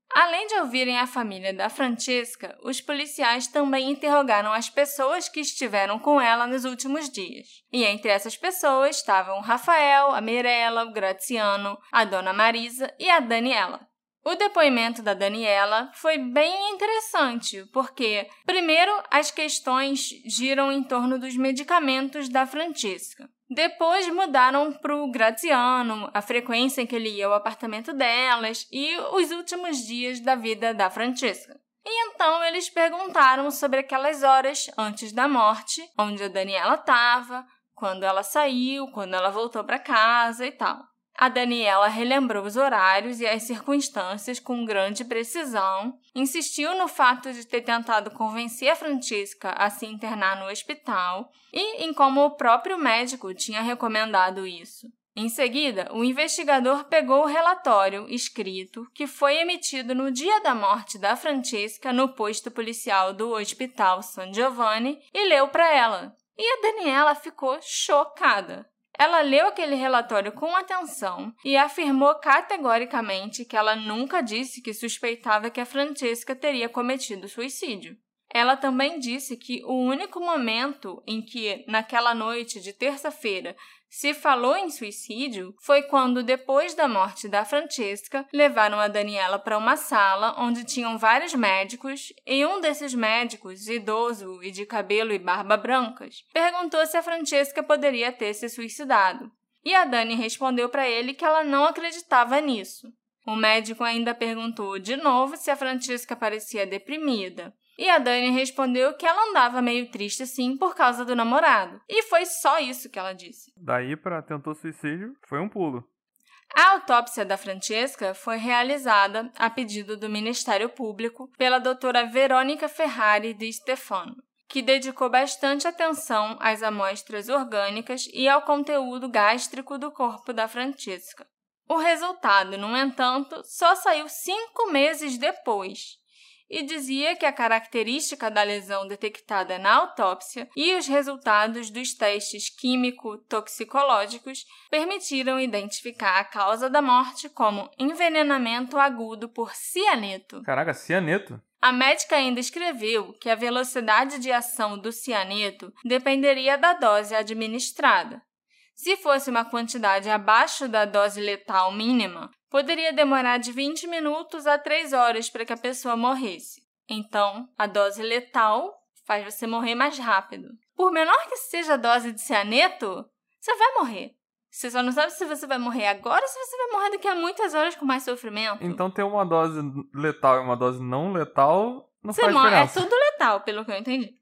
Além de ouvirem a família da Francesca, os policiais também interrogaram as pessoas que estiveram com ela nos últimos dias. E entre essas pessoas estavam o Rafael, a Mirella, o Graziano, a Dona Marisa e a Daniela. O depoimento da Daniela foi bem interessante, porque, primeiro, as questões giram em torno dos medicamentos da Francesca. Depois mudaram para o Graziano, a frequência em que ele ia ao apartamento delas e os últimos dias da vida da Francesca. E então eles perguntaram sobre aquelas horas antes da morte, onde a Daniela estava, quando ela saiu, quando ela voltou para casa e tal. A Daniela relembrou os horários e as circunstâncias com grande precisão, insistiu no fato de ter tentado convencer a Francesca a se internar no hospital e em como o próprio médico tinha recomendado isso. Em seguida, o investigador pegou o relatório escrito que foi emitido no dia da morte da Francesca no posto policial do Hospital San Giovanni e leu para ela. E a Daniela ficou chocada. Ela leu aquele relatório com atenção e afirmou categoricamente que ela nunca disse que suspeitava que a Francesca teria cometido suicídio. Ela também disse que o único momento em que, naquela noite de terça-feira, se falou em suicídio foi quando, depois da morte da Francesca, levaram a Daniela para uma sala onde tinham vários médicos e um desses médicos, idoso e de cabelo e barba brancas, perguntou se a Francesca poderia ter se suicidado. E a Dani respondeu para ele que ela não acreditava nisso. O médico ainda perguntou de novo se a Francesca parecia deprimida. E a Dani respondeu que ela andava meio triste sim por causa do namorado. E foi só isso que ela disse. Daí pra tentou suicídio, foi um pulo. A autópsia da Francesca foi realizada a pedido do Ministério Público pela doutora Verônica Ferrari de Stefano, que dedicou bastante atenção às amostras orgânicas e ao conteúdo gástrico do corpo da Francesca. O resultado, no entanto, só saiu cinco meses depois. E dizia que a característica da lesão detectada na autópsia e os resultados dos testes químico-toxicológicos permitiram identificar a causa da morte como envenenamento agudo por cianeto. Caraca, cianeto? A médica ainda escreveu que a velocidade de ação do cianeto dependeria da dose administrada. Se fosse uma quantidade abaixo da dose letal mínima, poderia demorar de vinte minutos a três horas para que a pessoa morresse. Então, a dose letal faz você morrer mais rápido. Por menor que seja a dose de cianeto, você vai morrer. Você só não sabe se você vai morrer agora ou se você vai morrer daqui a muitas horas com mais sofrimento. Então ter uma dose letal e uma dose não letal não você faz morre, diferença. é tudo letal, pelo que eu entendi.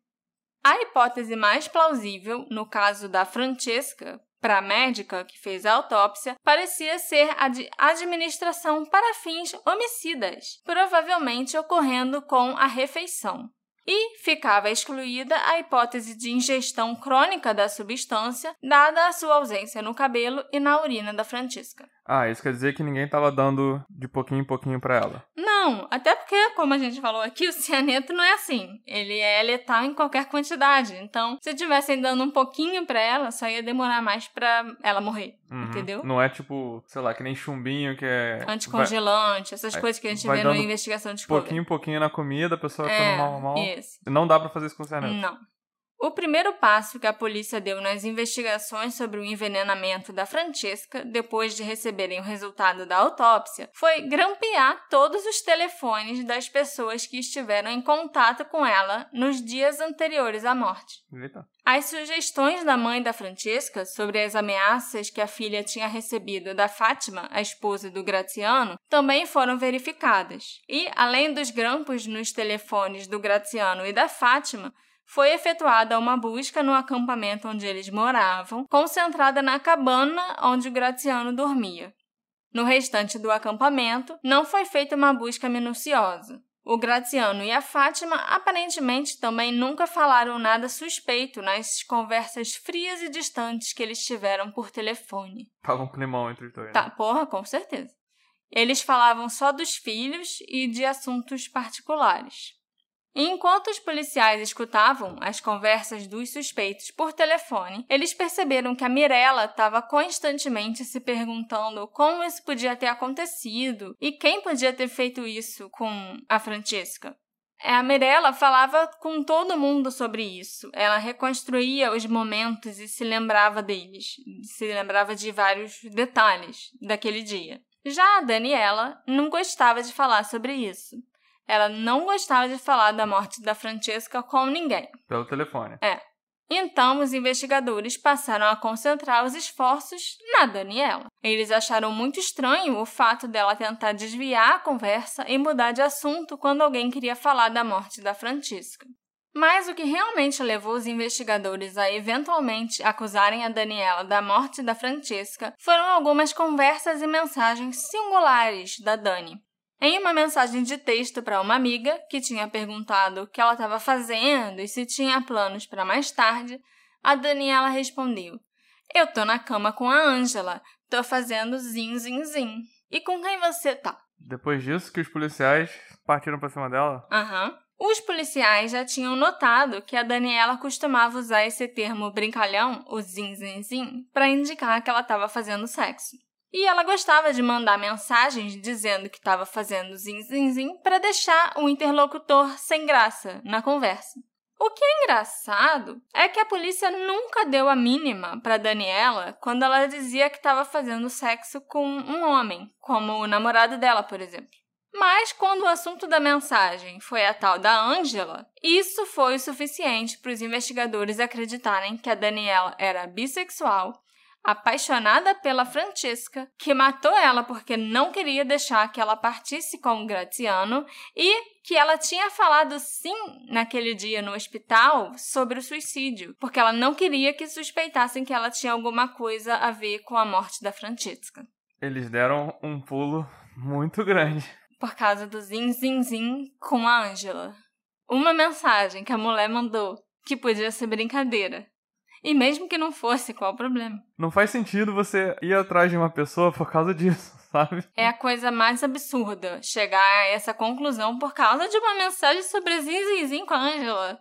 A hipótese mais plausível, no caso da Francesca, para a médica que fez a autópsia, parecia ser a de administração para fins homicidas, provavelmente ocorrendo com a refeição. E ficava excluída a hipótese de ingestão crônica da substância, dada a sua ausência no cabelo e na urina da Francesca. Ah, isso quer dizer que ninguém estava dando de pouquinho em pouquinho para ela. Não, até porque, como a gente falou aqui, o cianeto não é assim. Ele é letal em qualquer quantidade. Então, se tivessem dando um pouquinho pra ela, só ia demorar mais pra ela morrer. Uhum. Entendeu? Não é tipo, sei lá, que nem chumbinho que é... Anticongelante, essas vai, coisas que a gente vai vê na investigação de Discovery. pouquinho em pouquinho na comida, a pessoa vai é, ficando mal, mal. Isso. Não dá pra fazer isso com cianeto. Não. O primeiro passo que a polícia deu nas investigações sobre o envenenamento da Francesca, depois de receberem o resultado da autópsia, foi grampear todos os telefones das pessoas que estiveram em contato com ela nos dias anteriores à morte. Eita. As sugestões da mãe da Francesca sobre as ameaças que a filha tinha recebido da Fátima, a esposa do Graziano, também foram verificadas. E, além dos grampos nos telefones do Graziano e da Fátima, foi efetuada uma busca no acampamento onde eles moravam, concentrada na cabana onde o Graziano dormia. No restante do acampamento, não foi feita uma busca minuciosa. O Graziano e a Fátima aparentemente também nunca falaram nada suspeito nas conversas frias e distantes que eles tiveram por telefone. Tava um climão entre os dois. Tá, né? porra, com certeza. Eles falavam só dos filhos e de assuntos particulares. E enquanto os policiais escutavam as conversas dos suspeitos por telefone, eles perceberam que a Mirella estava constantemente se perguntando como isso podia ter acontecido e quem podia ter feito isso com a Francesca. A Mirella falava com todo mundo sobre isso. Ela reconstruía os momentos e se lembrava deles, se lembrava de vários detalhes daquele dia. Já a Daniela não gostava de falar sobre isso. Ela não gostava de falar da morte da Francesca com ninguém. Pelo telefone. É. Então, os investigadores passaram a concentrar os esforços na Daniela. Eles acharam muito estranho o fato dela tentar desviar a conversa e mudar de assunto quando alguém queria falar da morte da Francesca. Mas o que realmente levou os investigadores a eventualmente acusarem a Daniela da morte da Francesca foram algumas conversas e mensagens singulares da Dani. Em uma mensagem de texto para uma amiga, que tinha perguntado o que ela estava fazendo e se tinha planos para mais tarde, a Daniela respondeu: "Eu tô na cama com a Ângela, tô fazendo zin, zin, zin. E com quem você tá?" Depois disso que os policiais partiram pra cima dela? Aham. Uhum. Os policiais já tinham notado que a Daniela costumava usar esse termo brincalhão, o zin, zin, zin, para indicar que ela estava fazendo sexo. E ela gostava de mandar mensagens dizendo que estava fazendo zin, zin, zin para deixar o interlocutor sem graça na conversa. O que é engraçado é que a polícia nunca deu a mínima para Daniela quando ela dizia que estava fazendo sexo com um homem, como o namorado dela, por exemplo. Mas quando o assunto da mensagem foi a tal da Ângela, isso foi o suficiente para os investigadores acreditarem que a Daniela era bissexual, apaixonada pela Francesca, que matou ela porque não queria deixar que ela partisse com o Graziano e que ela tinha falado sim naquele dia no hospital sobre o suicídio, porque ela não queria que suspeitassem que ela tinha alguma coisa a ver com a morte da Francesca. Eles deram um pulo muito grande. Por causa do zin, zin, zin com a Ângela. Uma mensagem que a mulher mandou, que podia ser brincadeira. E mesmo que não fosse, qual o problema? Não faz sentido você ir atrás de uma pessoa por causa disso, sabe? É a coisa mais absurda chegar a essa conclusão por causa de uma mensagem sobre zinzinzinho com a Ângela.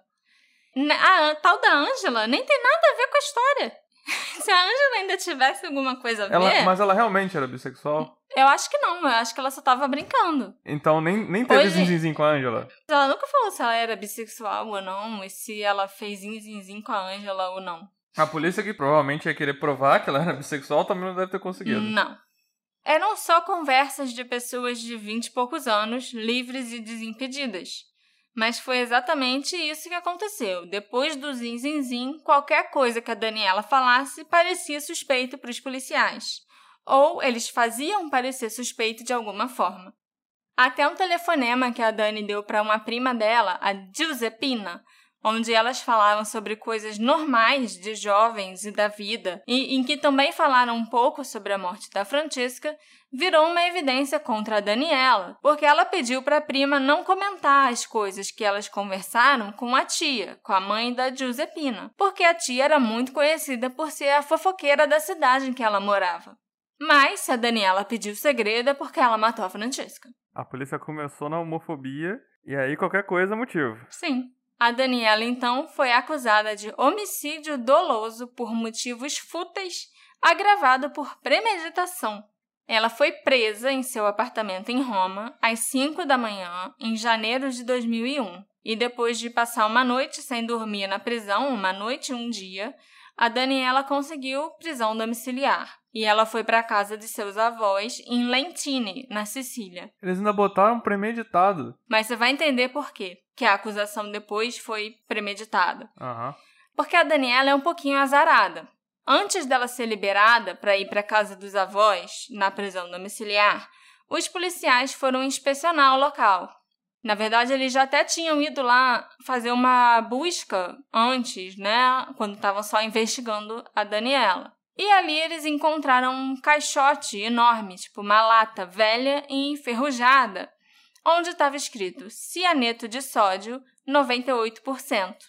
A tal da Ângela nem tem nada a ver com a história. Se a Ângela ainda tivesse alguma coisa a ver... Ela, mas ela realmente era bissexual? Eu acho que não, eu acho que ela só tava brincando. Então nem, nem teve Hoje, zinzinzinho com a Ângela? Ela nunca falou se ela era bissexual ou não, e se ela fez zinzinzinho com a Ângela ou não. A polícia, que provavelmente ia querer provar que ela era bissexual, também não deve ter conseguido. Não. Eram só conversas de pessoas de vinte e poucos anos, livres e desimpedidas. Mas foi exatamente isso que aconteceu. Depois do zinzinzin, qualquer coisa que a Daniela falasse parecia suspeito para os policiais. Ou eles faziam parecer suspeito de alguma forma. Até um telefonema que a Dani deu para uma prima dela, a Giuseppina, onde elas falavam sobre coisas normais de jovens e da vida, e em que também falaram um pouco sobre a morte da Francesca, virou uma evidência contra a Daniela, porque ela pediu para a prima não comentar as coisas que elas conversaram com a tia, com a mãe da Giuseppina, porque a tia era muito conhecida por ser a fofoqueira da cidade em que ela morava. Mas, se a Daniela pediu segredo, é porque ela matou a Francesca. A polícia começou na homofobia, e aí qualquer coisa é motivo. Sim. A Daniela, então, foi acusada de homicídio doloso por motivos fúteis, agravado por premeditação. Ela foi presa em seu apartamento em Roma, às cinco da manhã, em janeiro de dois mil e um. E depois de passar uma noite sem dormir na prisão, uma noite e um dia, a Daniela conseguiu prisão domiciliar. E ela foi para a casa de seus avós em Lentini, na Sicília. Eles ainda botaram premeditado. Mas você vai entender por quê, que a acusação depois foi premeditada. Uhum. Porque a Daniela é um pouquinho azarada. Antes dela ser liberada para ir para a casa dos avós, na prisão domiciliar, os policiais foram inspecionar o local. Na verdade, eles já até tinham ido lá fazer uma busca antes, né? Quando estavam só investigando a Daniela. E ali eles encontraram um caixote enorme, tipo uma lata velha e enferrujada, onde estava escrito cianeto de sódio noventa e oito por cento.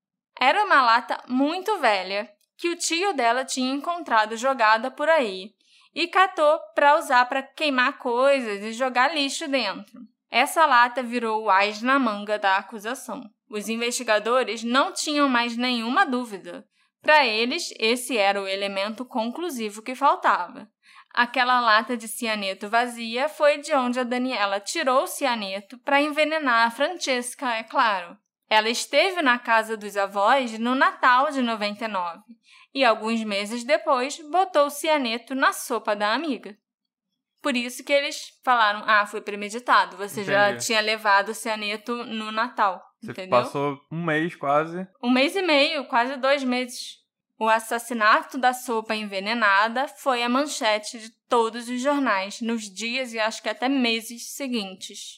Era uma lata muito velha que o tio dela tinha encontrado jogada por aí e catou para usar para queimar coisas e jogar lixo dentro. essa lata virou o ás na manga da acusação. Os investigadores não tinham mais nenhuma dúvida. Para eles, esse era o elemento conclusivo que faltava. Aquela lata de cianeto vazia foi de onde a Daniela tirou o cianeto para envenenar a Francesca, é claro. Ela esteve na casa dos avós no Natal de noventa e nove e, alguns meses depois, botou o cianeto na sopa da amiga. Por isso que eles falaram, ah, foi premeditado, você Entendi. já tinha levado o cianeto no Natal, Você entendeu? passou um mês quase. Um mês e meio, quase dois meses. O assassinato da sopa envenenada foi a manchete de todos os jornais nos dias e acho que até meses seguintes.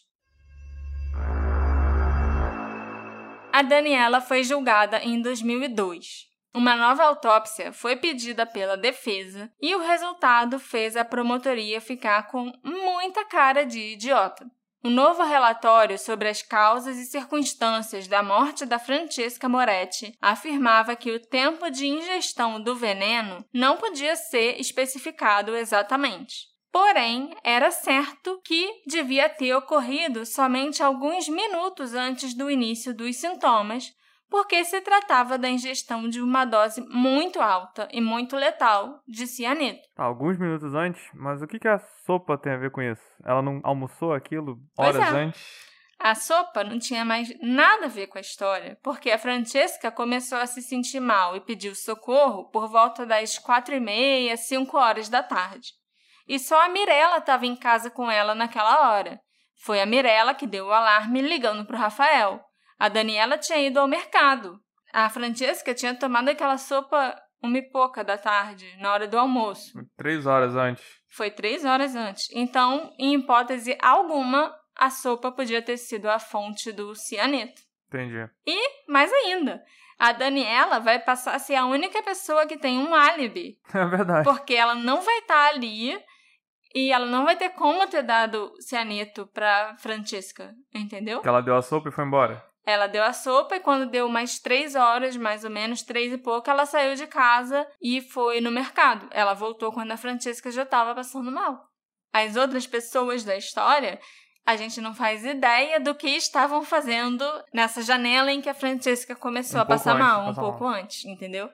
A Daniela foi julgada em dois mil e dois. Uma nova autópsia foi pedida pela defesa e o resultado fez a promotoria ficar com muita cara de idiota. O novo relatório sobre as causas e circunstâncias da morte da Francesca Moretti afirmava que o tempo de ingestão do veneno não podia ser especificado exatamente. Porém, era certo que devia ter ocorrido somente alguns minutos antes do início dos sintomas, porque se tratava da ingestão de uma dose muito alta e muito letal de cianeto. Tá, alguns minutos antes, mas o que, que a sopa tem a ver com isso? Ela não almoçou aquilo horas Pois é. antes? A sopa não tinha mais nada a ver com a história, porque a Francesca começou a se sentir mal e pediu socorro por volta das quatro e meia, cinco horas da tarde. E só a Mirella estava em casa com ela naquela hora. Foi a Mirella que deu o alarme ligando para o Rafael. A Daniela tinha ido ao mercado. A Francesca tinha tomado aquela sopa uma e pouca da tarde, na hora do almoço. Três horas antes. Foi três horas antes. Então, em hipótese alguma, a sopa podia ter sido a fonte do cianeto. Entendi. E, mais ainda, a Daniela vai passar a ser a única pessoa que tem um álibi. É verdade. Porque ela não vai estar ali e ela não vai ter como ter dado cianeto pra Francesca, entendeu? Que ela deu a sopa e foi embora. Ela deu a sopa e quando deu mais três horas, mais ou menos, três e pouco, ela saiu de casa e foi no mercado. Ela voltou quando a Francesca já estava passando mal. As outras pessoas da história, a gente não faz ideia do que estavam fazendo nessa janela em que a Francesca começou Um a passar pouco antes, mal, um passar pouco mal. antes, entendeu?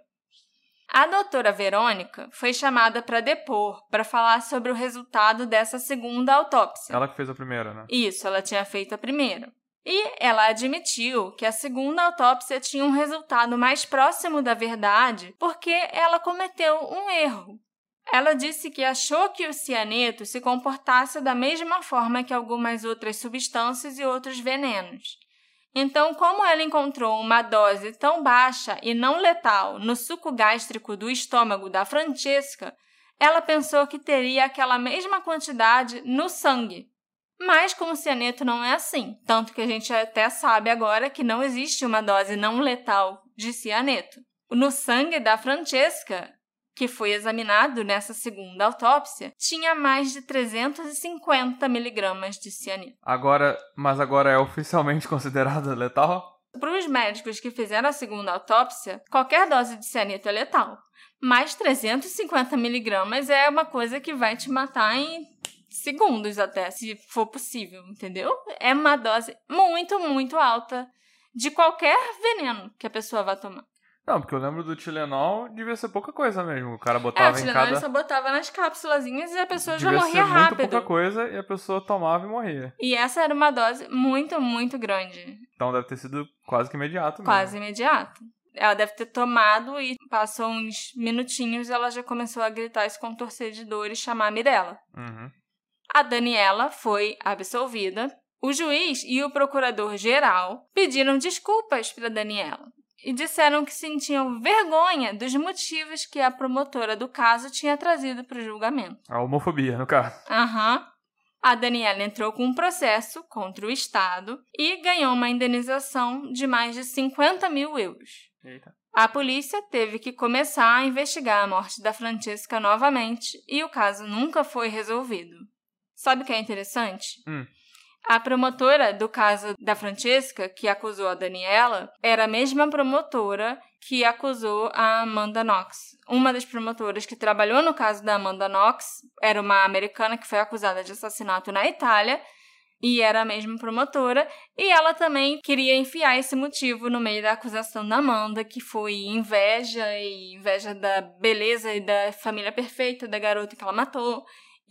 A doutora Verônica foi chamada para depor, para falar sobre o resultado dessa segunda autópsia. Ela que fez a primeira, né? Isso, ela tinha feito a primeira. E ela admitiu que a segunda autópsia tinha um resultado mais próximo da verdade porque ela cometeu um erro. Ela disse que achou que o cianeto se comportasse da mesma forma que algumas outras substâncias e outros venenos. Então, como ela encontrou uma dose tão baixa e não letal no suco gástrico do estômago da Francesca, ela pensou que teria aquela mesma quantidade no sangue. Mas com o cianeto não é assim, tanto que a gente até sabe agora que não existe uma dose não letal de cianeto. No sangue da Francesca, que foi examinado nessa segunda autópsia, tinha mais de trezentos e cinquenta miligramas de cianeto. Agora, mas agora é oficialmente considerada letal? Para os médicos que fizeram a segunda autópsia, qualquer dose de cianeto é letal. Mas trezentos e cinquenta miligramas é uma coisa que vai te matar em segundos até, se for possível, entendeu? É uma dose muito, muito alta de qualquer veneno que a pessoa vá tomar. Não, porque eu lembro do Tilenol, devia ser pouca coisa mesmo. O cara É, botava o em Tilenol cada... só botava nas cápsulazinhas e a pessoa já Devia morria ser rápido. muito pouca coisa e a pessoa tomava e morria. E essa era uma dose muito, muito grande. Então deve ter sido quase que imediato mesmo. Quase imediato. Ela deve ter tomado e passou uns minutinhos ela já começou a gritar e se contorcer de dor e chamar a Mirella. Uhum. A Daniela foi absolvida. O juiz e o procurador-geral pediram desculpas para Daniela e disseram que sentiam vergonha dos motivos que a promotora do caso tinha trazido para o julgamento. A homofobia, no caso. Aham. A Daniela entrou com um processo contra o Estado e ganhou uma indenização de mais de cinquenta mil euros. Eita. A polícia teve que começar a investigar a morte da Francesca novamente e o caso nunca foi resolvido. Sabe o que é interessante? Hum. A promotora do caso da Francesca, que acusou a Daniela, era a mesma promotora que acusou a Amanda Knox. Uma das promotoras que trabalhou no caso da Amanda Knox era uma americana que foi acusada de assassinato na Itália e era a mesma promotora, e ela também queria enfiar esse motivo no meio da acusação da Amanda, que foi inveja, e inveja da beleza e da família perfeita da garota que ela matou.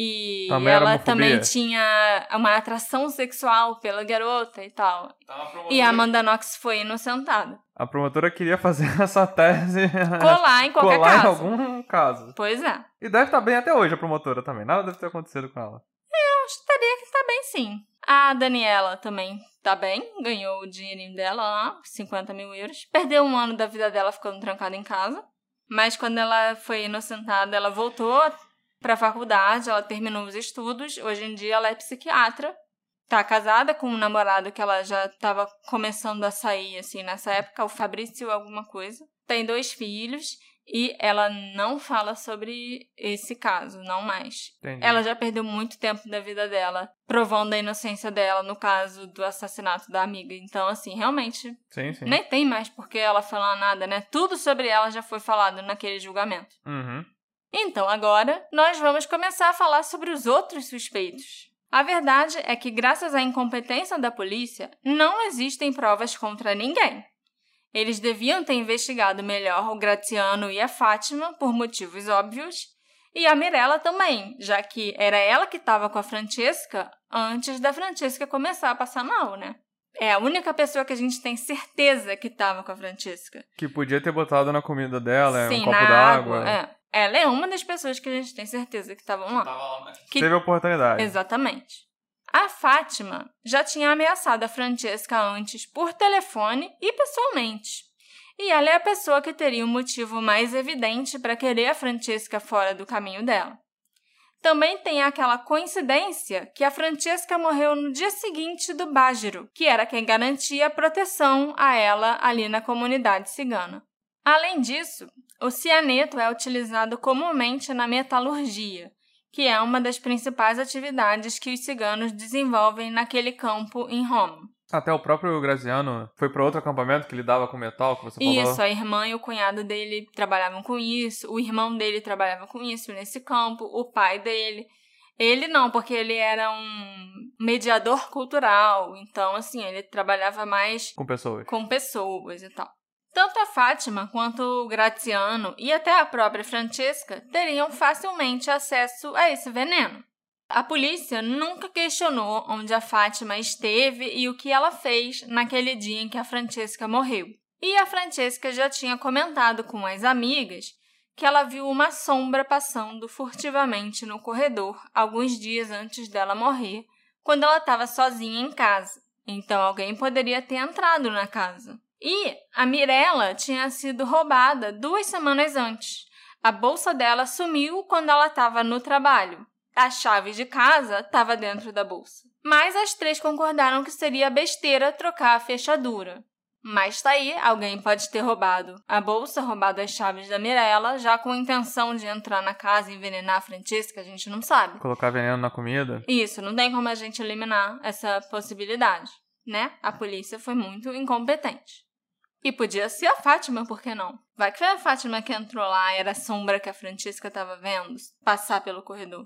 E também ela era também tinha uma atração sexual pela garota e tal. Então, a promotora... E a Amanda Knox foi inocentada. A promotora queria fazer essa tese... Colar em qualquer colar caso. em algum caso. Pois é. E deve estar bem até hoje a promotora também. Nada deve ter acontecido com ela. É, eu estaria que tá bem sim. A Daniela também tá bem. Ganhou o dinheirinho dela lá, cinquenta mil euros. Perdeu um ano da vida dela ficando trancada em casa. Mas quando ela foi inocentada, ela voltou pra faculdade, ela terminou os estudos. Hoje em dia ela é psiquiatra. Tá casada com um namorado que ela já tava começando a sair, assim, nessa época, o Fabrício alguma coisa. Tem dois filhos e ela não fala sobre esse caso, não mais. Entendi. Ela já perdeu muito tempo da vida dela, provando a inocência dela no caso do assassinato da amiga. Então, assim, realmente, sim, sim. nem tem mais por que ela falar nada, né? Tudo sobre ela já foi falado naquele julgamento. Uhum. Então, agora, nós vamos começar a falar sobre os outros suspeitos. A verdade é que, graças à incompetência da polícia, não existem provas contra ninguém. Eles deviam ter investigado melhor o Graziano e a Fátima, por motivos óbvios, e a Mirella também, já que era ela que estava com a Francesca antes da Francesca começar a passar mal, né? É a única pessoa que a gente tem certeza que estava com a Francesca. Que podia ter botado na comida dela, Sim, um copo na d'água. água, é. Ela é uma das pessoas que a gente tem certeza que estavam lá. Tava lá, né? Que... Teve a oportunidade. Exatamente. A Fátima já tinha ameaçado a Francesca antes por telefone e pessoalmente. E ela é a pessoa que teria um motivo mais evidente para querer a Francesca fora do caminho dela. Também tem aquela coincidência que a Francesca morreu no dia seguinte do Bágiro, que era quem garantia proteção a ela ali na comunidade cigana. Além disso, o cianeto é utilizado comumente na metalurgia, que é uma das principais atividades que os ciganos desenvolvem naquele campo em Roma. Até o próprio Graziano foi para outro acampamento que lidava com metal, que você falou. Isso, a irmã e o cunhado dele trabalhavam com isso, o irmão dele trabalhava com isso nesse campo, o pai dele. Ele não, porque ele era um mediador cultural, então, assim, ele trabalhava mais... Com pessoas. Com pessoas e tal. Tanto a Fátima quanto o Graziano e até a própria Francesca teriam facilmente acesso a esse veneno. A polícia nunca questionou onde a Fátima esteve e o que ela fez naquele dia em que a Francesca morreu. E a Francesca já tinha comentado com as amigas que ela viu uma sombra passando furtivamente no corredor alguns dias antes dela morrer, quando ela estava sozinha em casa. Então alguém poderia ter entrado na casa. E a Mirella tinha sido roubada duas semanas antes. A bolsa dela sumiu quando ela estava no trabalho. A chave de casa estava dentro da bolsa. Mas as três concordaram que seria besteira trocar a fechadura. Mas tá aí, alguém pode ter roubado a bolsa, roubado as chaves da Mirella, já com a intenção de entrar na casa e envenenar a Francesca, a gente não sabe. Colocar veneno na comida. Isso, não tem como a gente eliminar essa possibilidade, né? A polícia foi muito incompetente. E podia ser a Fátima, por que não? Vai que foi a Fátima que entrou lá, era a sombra que a Francesca estava vendo passar pelo corredor.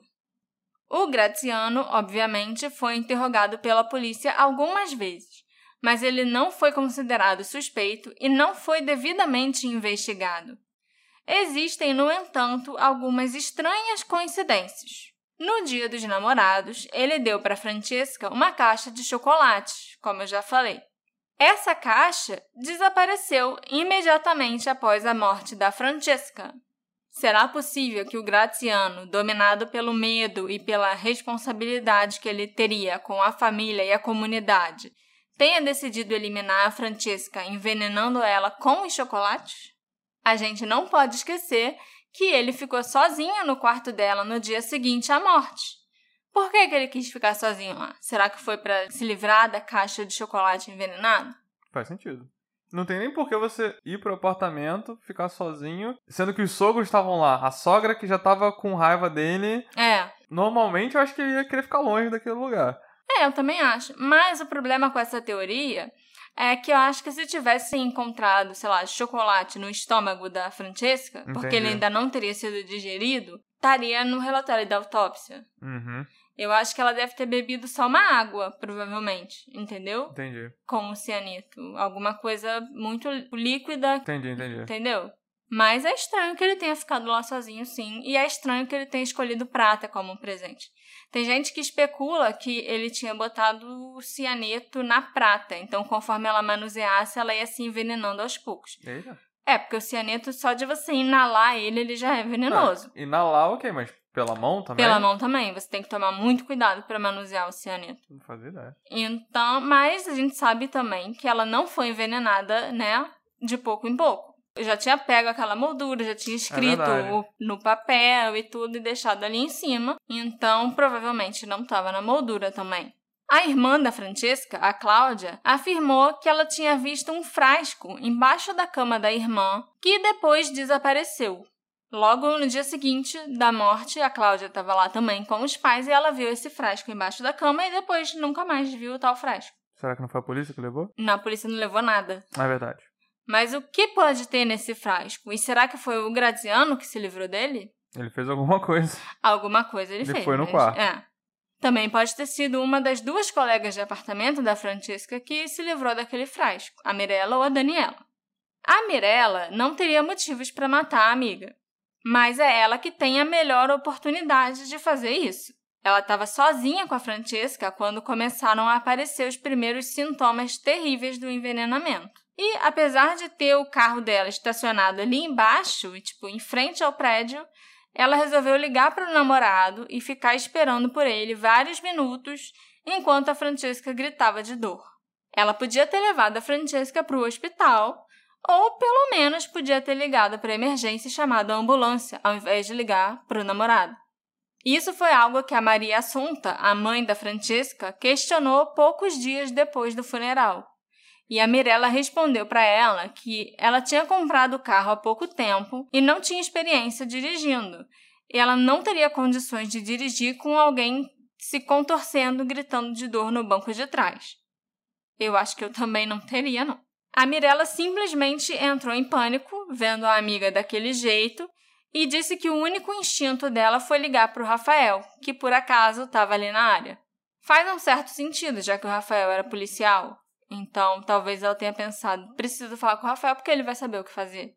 O Graziano, obviamente, foi interrogado pela polícia algumas vezes, mas ele não foi considerado suspeito e não foi devidamente investigado. Existem, no entanto, algumas estranhas coincidências. No dia dos namorados, ele deu para Francesca uma caixa de chocolate, como eu já falei. Essa caixa desapareceu imediatamente após a morte da Francesca. Será possível que o Graziano, dominado pelo medo e pela responsabilidade que ele teria com a família e a comunidade, tenha decidido eliminar a Francesca envenenando ela com os chocolates? A gente não pode esquecer que ele ficou sozinho no quarto dela no dia seguinte à morte. Por que que ele quis ficar sozinho lá? Será que foi para se livrar da caixa de chocolate envenenado? Faz sentido. Não tem nem por que você ir pro apartamento, ficar sozinho, sendo que os sogros estavam lá. A sogra que já tava com raiva dele. É. Normalmente eu acho que ele ia querer ficar longe daquele lugar. É, eu também acho. Mas o problema com essa teoria é que eu acho que se tivesse encontrado, sei lá, chocolate no estômago da Francesca, Entendi. porque ele ainda não teria sido digerido, estaria no relatório da autópsia. Uhum. Eu acho que ela deve ter bebido só uma água, provavelmente, entendeu? Entendi. Com o cianeto. Alguma coisa muito líquida. Entendi, entendi. Entendeu? Mas é estranho que ele tenha ficado lá sozinho, sim. E é estranho que ele tenha escolhido prata como presente. Tem gente que especula que ele tinha botado o cianeto na prata. Então, conforme ela manuseasse, ela ia se envenenando aos poucos. Eita. É, porque o cianeto, só de você inalar ele, ele já é venenoso. Não, inalar, ok, mas pela mão também? Pela mão também. Você tem que tomar muito cuidado para manusear o cianeto. Não fazia ideia. Então, mas a gente sabe também que ela não foi envenenada, né, de pouco em pouco. Eu já tinha pego aquela moldura, já tinha escrito É no papel e tudo e deixado ali em cima. Então, provavelmente não estava na moldura também. A irmã da Francesca, a Cláudia, afirmou que ela tinha visto um frasco embaixo da cama da irmã que depois desapareceu. Logo no dia seguinte da morte, a Cláudia estava lá também com os pais e ela viu esse frasco embaixo da cama e depois nunca mais viu o tal frasco. Será que não foi a polícia que levou? Não, a polícia não levou nada. É verdade. Mas o que pode ter nesse frasco? E será que foi o Graziano que se livrou dele? Ele fez alguma coisa. Alguma coisa ele, ele fez. Ele foi no mas... quarto. É. Também pode ter sido uma das duas colegas de apartamento da Francesca que se livrou daquele frasco, a Mirella ou a Daniela. A Mirella não teria motivos para matar a amiga, mas é ela que tem a melhor oportunidade de fazer isso. Ela estava sozinha com a Francesca quando começaram a aparecer os primeiros sintomas terríveis do envenenamento. E, apesar de ter o carro dela estacionado ali embaixo, tipo, em frente ao prédio, ela resolveu ligar para o namorado e ficar esperando por ele vários minutos enquanto a Francesca gritava de dor. Ela podia ter levado a Francesca para o hospital ou, pelo menos, podia ter ligado para a emergência e chamado a ambulância, ao invés de ligar para o namorado. Isso foi algo que a Maria Assunta, a mãe da Francesca, questionou poucos dias depois do funeral. E a Mirella respondeu para ela que ela tinha comprado o carro há pouco tempo e não tinha experiência dirigindo. E ela não teria condições de dirigir com alguém se contorcendo, gritando de dor no banco de trás. Eu acho que eu também não teria, não. A Mirella simplesmente entrou em pânico, vendo a amiga daquele jeito, e disse que o único instinto dela foi ligar para o Rafael, que por acaso estava ali na área. Faz um certo sentido, já que o Rafael era policial. Então, talvez ela tenha pensado, preciso falar com o Rafael porque ele vai saber o que fazer.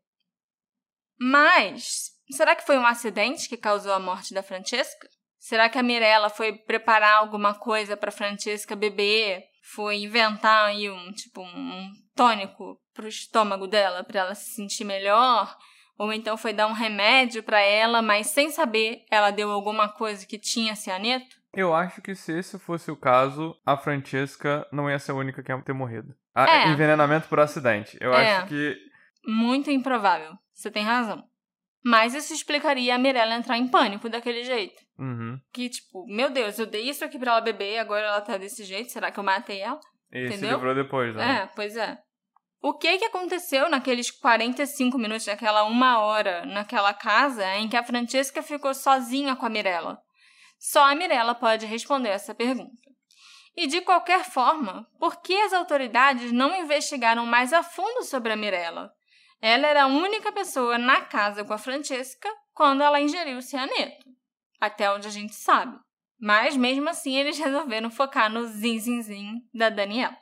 Mas, será que foi um acidente que causou a morte da Francesca? Será que a Mirella foi preparar alguma coisa para Francesca beber? Foi inventar aí um, tipo, um tônico para o estômago dela, para ela se sentir melhor? Ou então foi dar um remédio para ela, mas sem saber, ela deu alguma coisa que tinha cianeto? Eu acho que se esse fosse o caso, a Francesca não ia ser a única que ia ter morrido. Ah, é. Envenenamento por acidente. Eu é. acho que... Muito improvável. Você tem razão. Mas isso explicaria a Mirella entrar em pânico daquele jeito. Uhum. Que, tipo, meu Deus, eu dei isso aqui pra ela beber, agora ela tá desse jeito, será que eu matei ela? E Entendeu? se livrou depois, né? É, pois é. O que que aconteceu naqueles quarenta e cinco minutos, naquela uma hora, naquela casa, em que a Francesca ficou sozinha com a Mirella? Só a Mirella pode responder essa pergunta. E, de qualquer forma, por que as autoridades não investigaram mais a fundo sobre a Mirella? Ela era a única pessoa na casa com a Francesca quando ela ingeriu o cianeto. Até onde a gente sabe. Mas, mesmo assim, eles resolveram focar no zinzinzin da Daniela.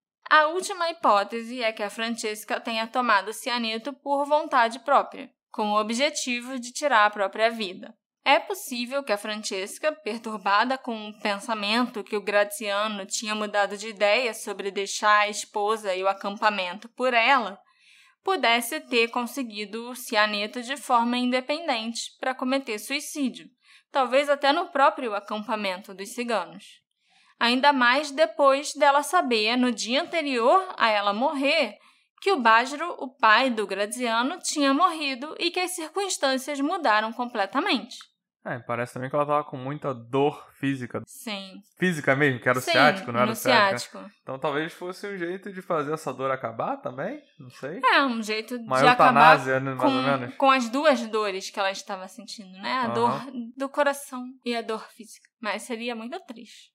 A última hipótese é que a Francesca tenha tomado o cianeto por vontade própria, com o objetivo de tirar a própria vida. É possível que a Francesca, perturbada com o pensamento que o Graziano tinha mudado de ideia sobre deixar a esposa e o acampamento por ela, pudesse ter conseguido o cianeto de forma independente para cometer suicídio, talvez até no próprio acampamento dos ciganos. Ainda mais depois dela saber, no dia anterior a ela morrer, que o Baggio, o pai do Graziano, tinha morrido e que as circunstâncias mudaram completamente. É, parece também que ela tava com muita dor física. Sim. Física mesmo, que era o Sim, ciático, não era no o ciático. ciático. Então talvez fosse um jeito de fazer essa dor acabar também, não sei. É, um jeito Uma de eutanásia, acabar né, mais com, ou menos. com as duas dores que ela estava sentindo, né? A Uhum. dor do coração e a dor física. Mas seria muito triste.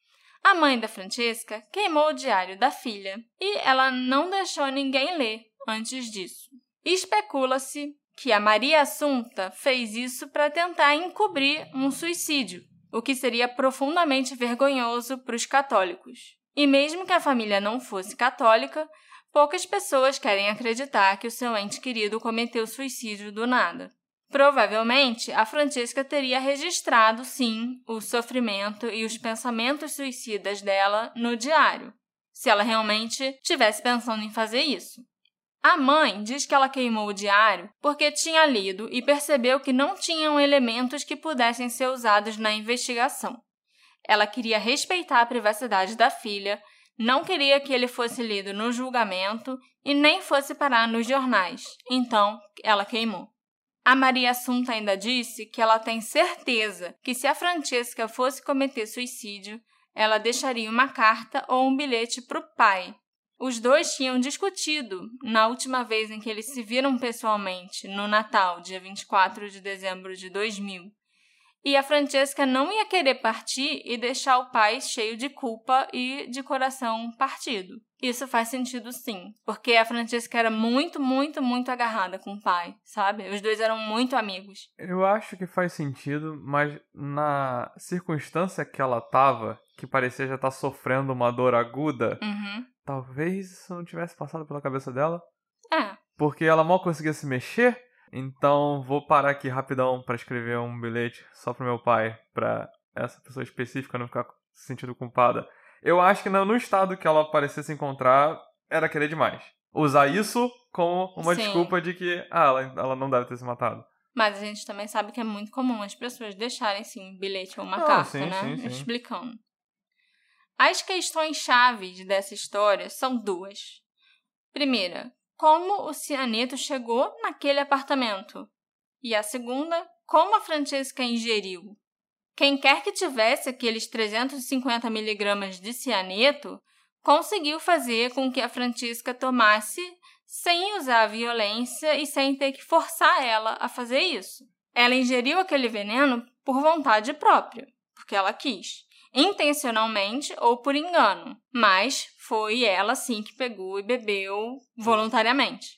A mãe da Francesca queimou o diário da filha e ela não deixou ninguém ler antes disso. Especula-se que a Maria Assunta fez isso para tentar encobrir um suicídio, o que seria profundamente vergonhoso para os católicos. E mesmo que a família não fosse católica, poucas pessoas querem acreditar que o seu ente querido cometeu suicídio do nada. Provavelmente, a Francesca teria registrado, sim, o sofrimento e os pensamentos suicidas dela no diário, se ela realmente estivesse pensando em fazer isso. A mãe diz que ela queimou o diário porque tinha lido e percebeu que não tinham elementos que pudessem ser usados na investigação. Ela queria respeitar a privacidade da filha, não queria que ele fosse lido no julgamento e nem fosse parar nos jornais, então ela queimou. A Maria Assunta ainda disse que ela tem certeza que se a Francesca fosse cometer suicídio, ela deixaria uma carta ou um bilhete para o pai. Os dois tinham discutido na última vez em que eles se viram pessoalmente, no Natal, dia vinte e quatro de dezembro de dois mil. E a Francesca não ia querer partir e deixar o pai cheio de culpa e de coração partido. Isso faz sentido sim, porque a Francesca era muito, muito, muito agarrada com o pai, sabe? Os dois eram muito amigos. Eu acho que faz sentido, mas na circunstância que ela tava, que parecia já estar sofrendo uma dor aguda, Uhum. talvez isso não tivesse passado pela cabeça dela. É. Porque ela mal conseguia se mexer. Então, vou parar aqui rapidão pra escrever um bilhete só pro meu pai, pra essa pessoa específica não ficar se sentindo culpada. Eu acho que no estado que ela parecia se encontrar, era querer demais. Usar isso como uma Sim. desculpa de que, ah, ela, ela não deve ter se matado. Mas a gente também sabe que é muito comum as pessoas deixarem, sim, um bilhete ou uma Não, carta, sim, né? sim, sim. Explicando. As questões chaves dessa história são duas. Primeira, como o cianeto chegou naquele apartamento? E a segunda, como a Francesca ingeriu? Quem quer que tivesse aqueles trezentos e cinquenta miligramas de cianeto conseguiu fazer com que a Francesca tomasse sem usar a violência e sem ter que forçar ela a fazer isso. Ela ingeriu aquele veneno por vontade própria, porque ela quis, intencionalmente ou por engano, mas foi ela sim que pegou e bebeu voluntariamente.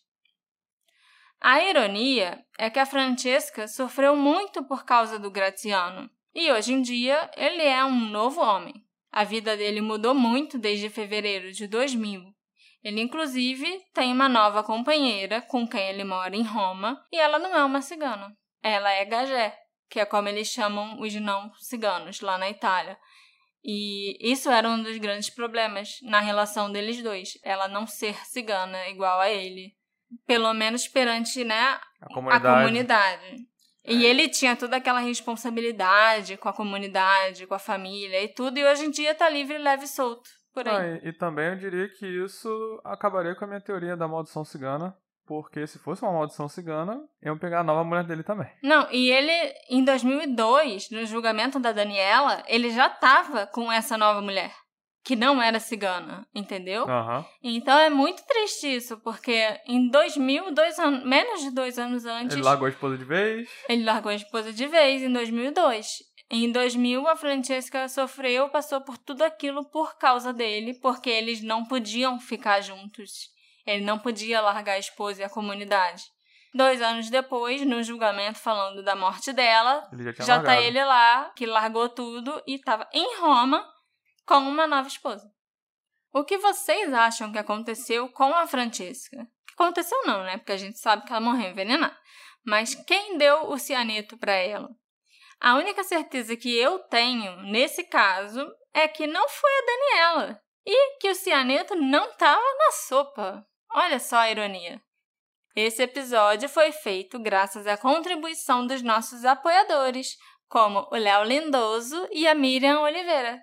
A ironia é que a Francesca sofreu muito por causa do Graziano, e hoje em dia ele é um novo homem. A vida dele mudou muito desde fevereiro de dois mil. Ele, inclusive, tem uma nova companheira com quem ele mora em Roma, e ela não é uma cigana. Ela é Gagé, que é como eles chamam os não ciganos lá na Itália. E isso era um dos grandes problemas na relação deles dois, ela não ser cigana igual a ele. Pelo menos perante, né, A comunidade. a comunidade. E ele tinha toda aquela responsabilidade com a comunidade, com a família e tudo, e hoje em dia tá livre, leve e solto por aí. Ah, e, e também eu diria que isso acabaria com a minha teoria da maldição cigana, porque se fosse uma maldição cigana, iam pegar a nova mulher dele também. Não, e ele, em dois mil e dois, no julgamento da Daniela, ele já tava com essa nova mulher, que não era cigana, entendeu? Aham. Então é muito triste isso, porque em dois mil, dois anos, menos de dois anos antes... Ele largou a esposa de vez. Ele largou a esposa de vez em dois mil e dois. Em dois mil, a Francesca sofreu, passou por tudo aquilo por causa dele, porque eles não podiam ficar juntos. Ele não podia largar a esposa e a comunidade. Dois anos depois, no julgamento falando da morte dela, Ele já tinha já largado. tá ele lá, que largou tudo e estava em Roma com uma nova esposa. O que vocês acham que aconteceu com a Francesca? Que aconteceu não, né? Porque a gente sabe que ela morreu envenenada. Mas quem deu o cianeto para ela? A única certeza que eu tenho, nesse caso, é que não foi a Daniela. E que o cianeto não estava na sopa. Olha só a ironia. Esse episódio foi feito graças à contribuição dos nossos apoiadores, como o Léo Lindoso e a Miriam Oliveira.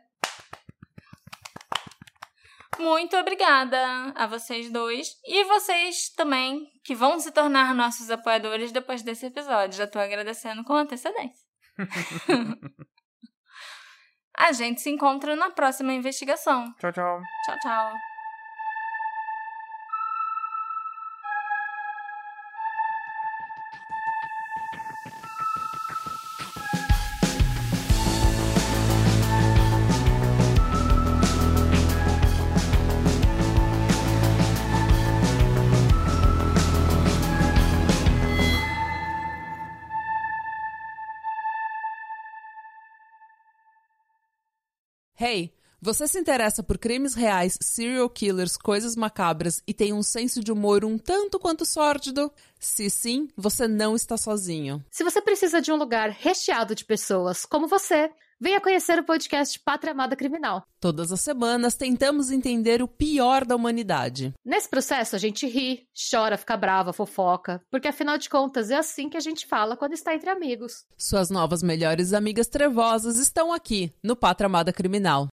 Muito obrigada a vocês dois e vocês também que vão se tornar nossos apoiadores depois desse episódio. Já estou agradecendo com antecedência. A gente se encontra na próxima investigação. Tchau, tchau. Tchau, tchau. Hey, você se interessa por crimes reais, serial killers, coisas macabras e tem um senso de humor um tanto quanto sórdido? Se sim, você não está sozinho. Se você precisa de um lugar recheado de pessoas como você, venha conhecer o podcast Pátria Amada Criminal. Todas as semanas tentamos entender o pior da humanidade. Nesse processo a gente ri, chora, fica brava, fofoca, porque afinal de contas é assim que a gente fala quando está entre amigos. Suas novas melhores amigas trevosas estão aqui no Pátria Amada Criminal.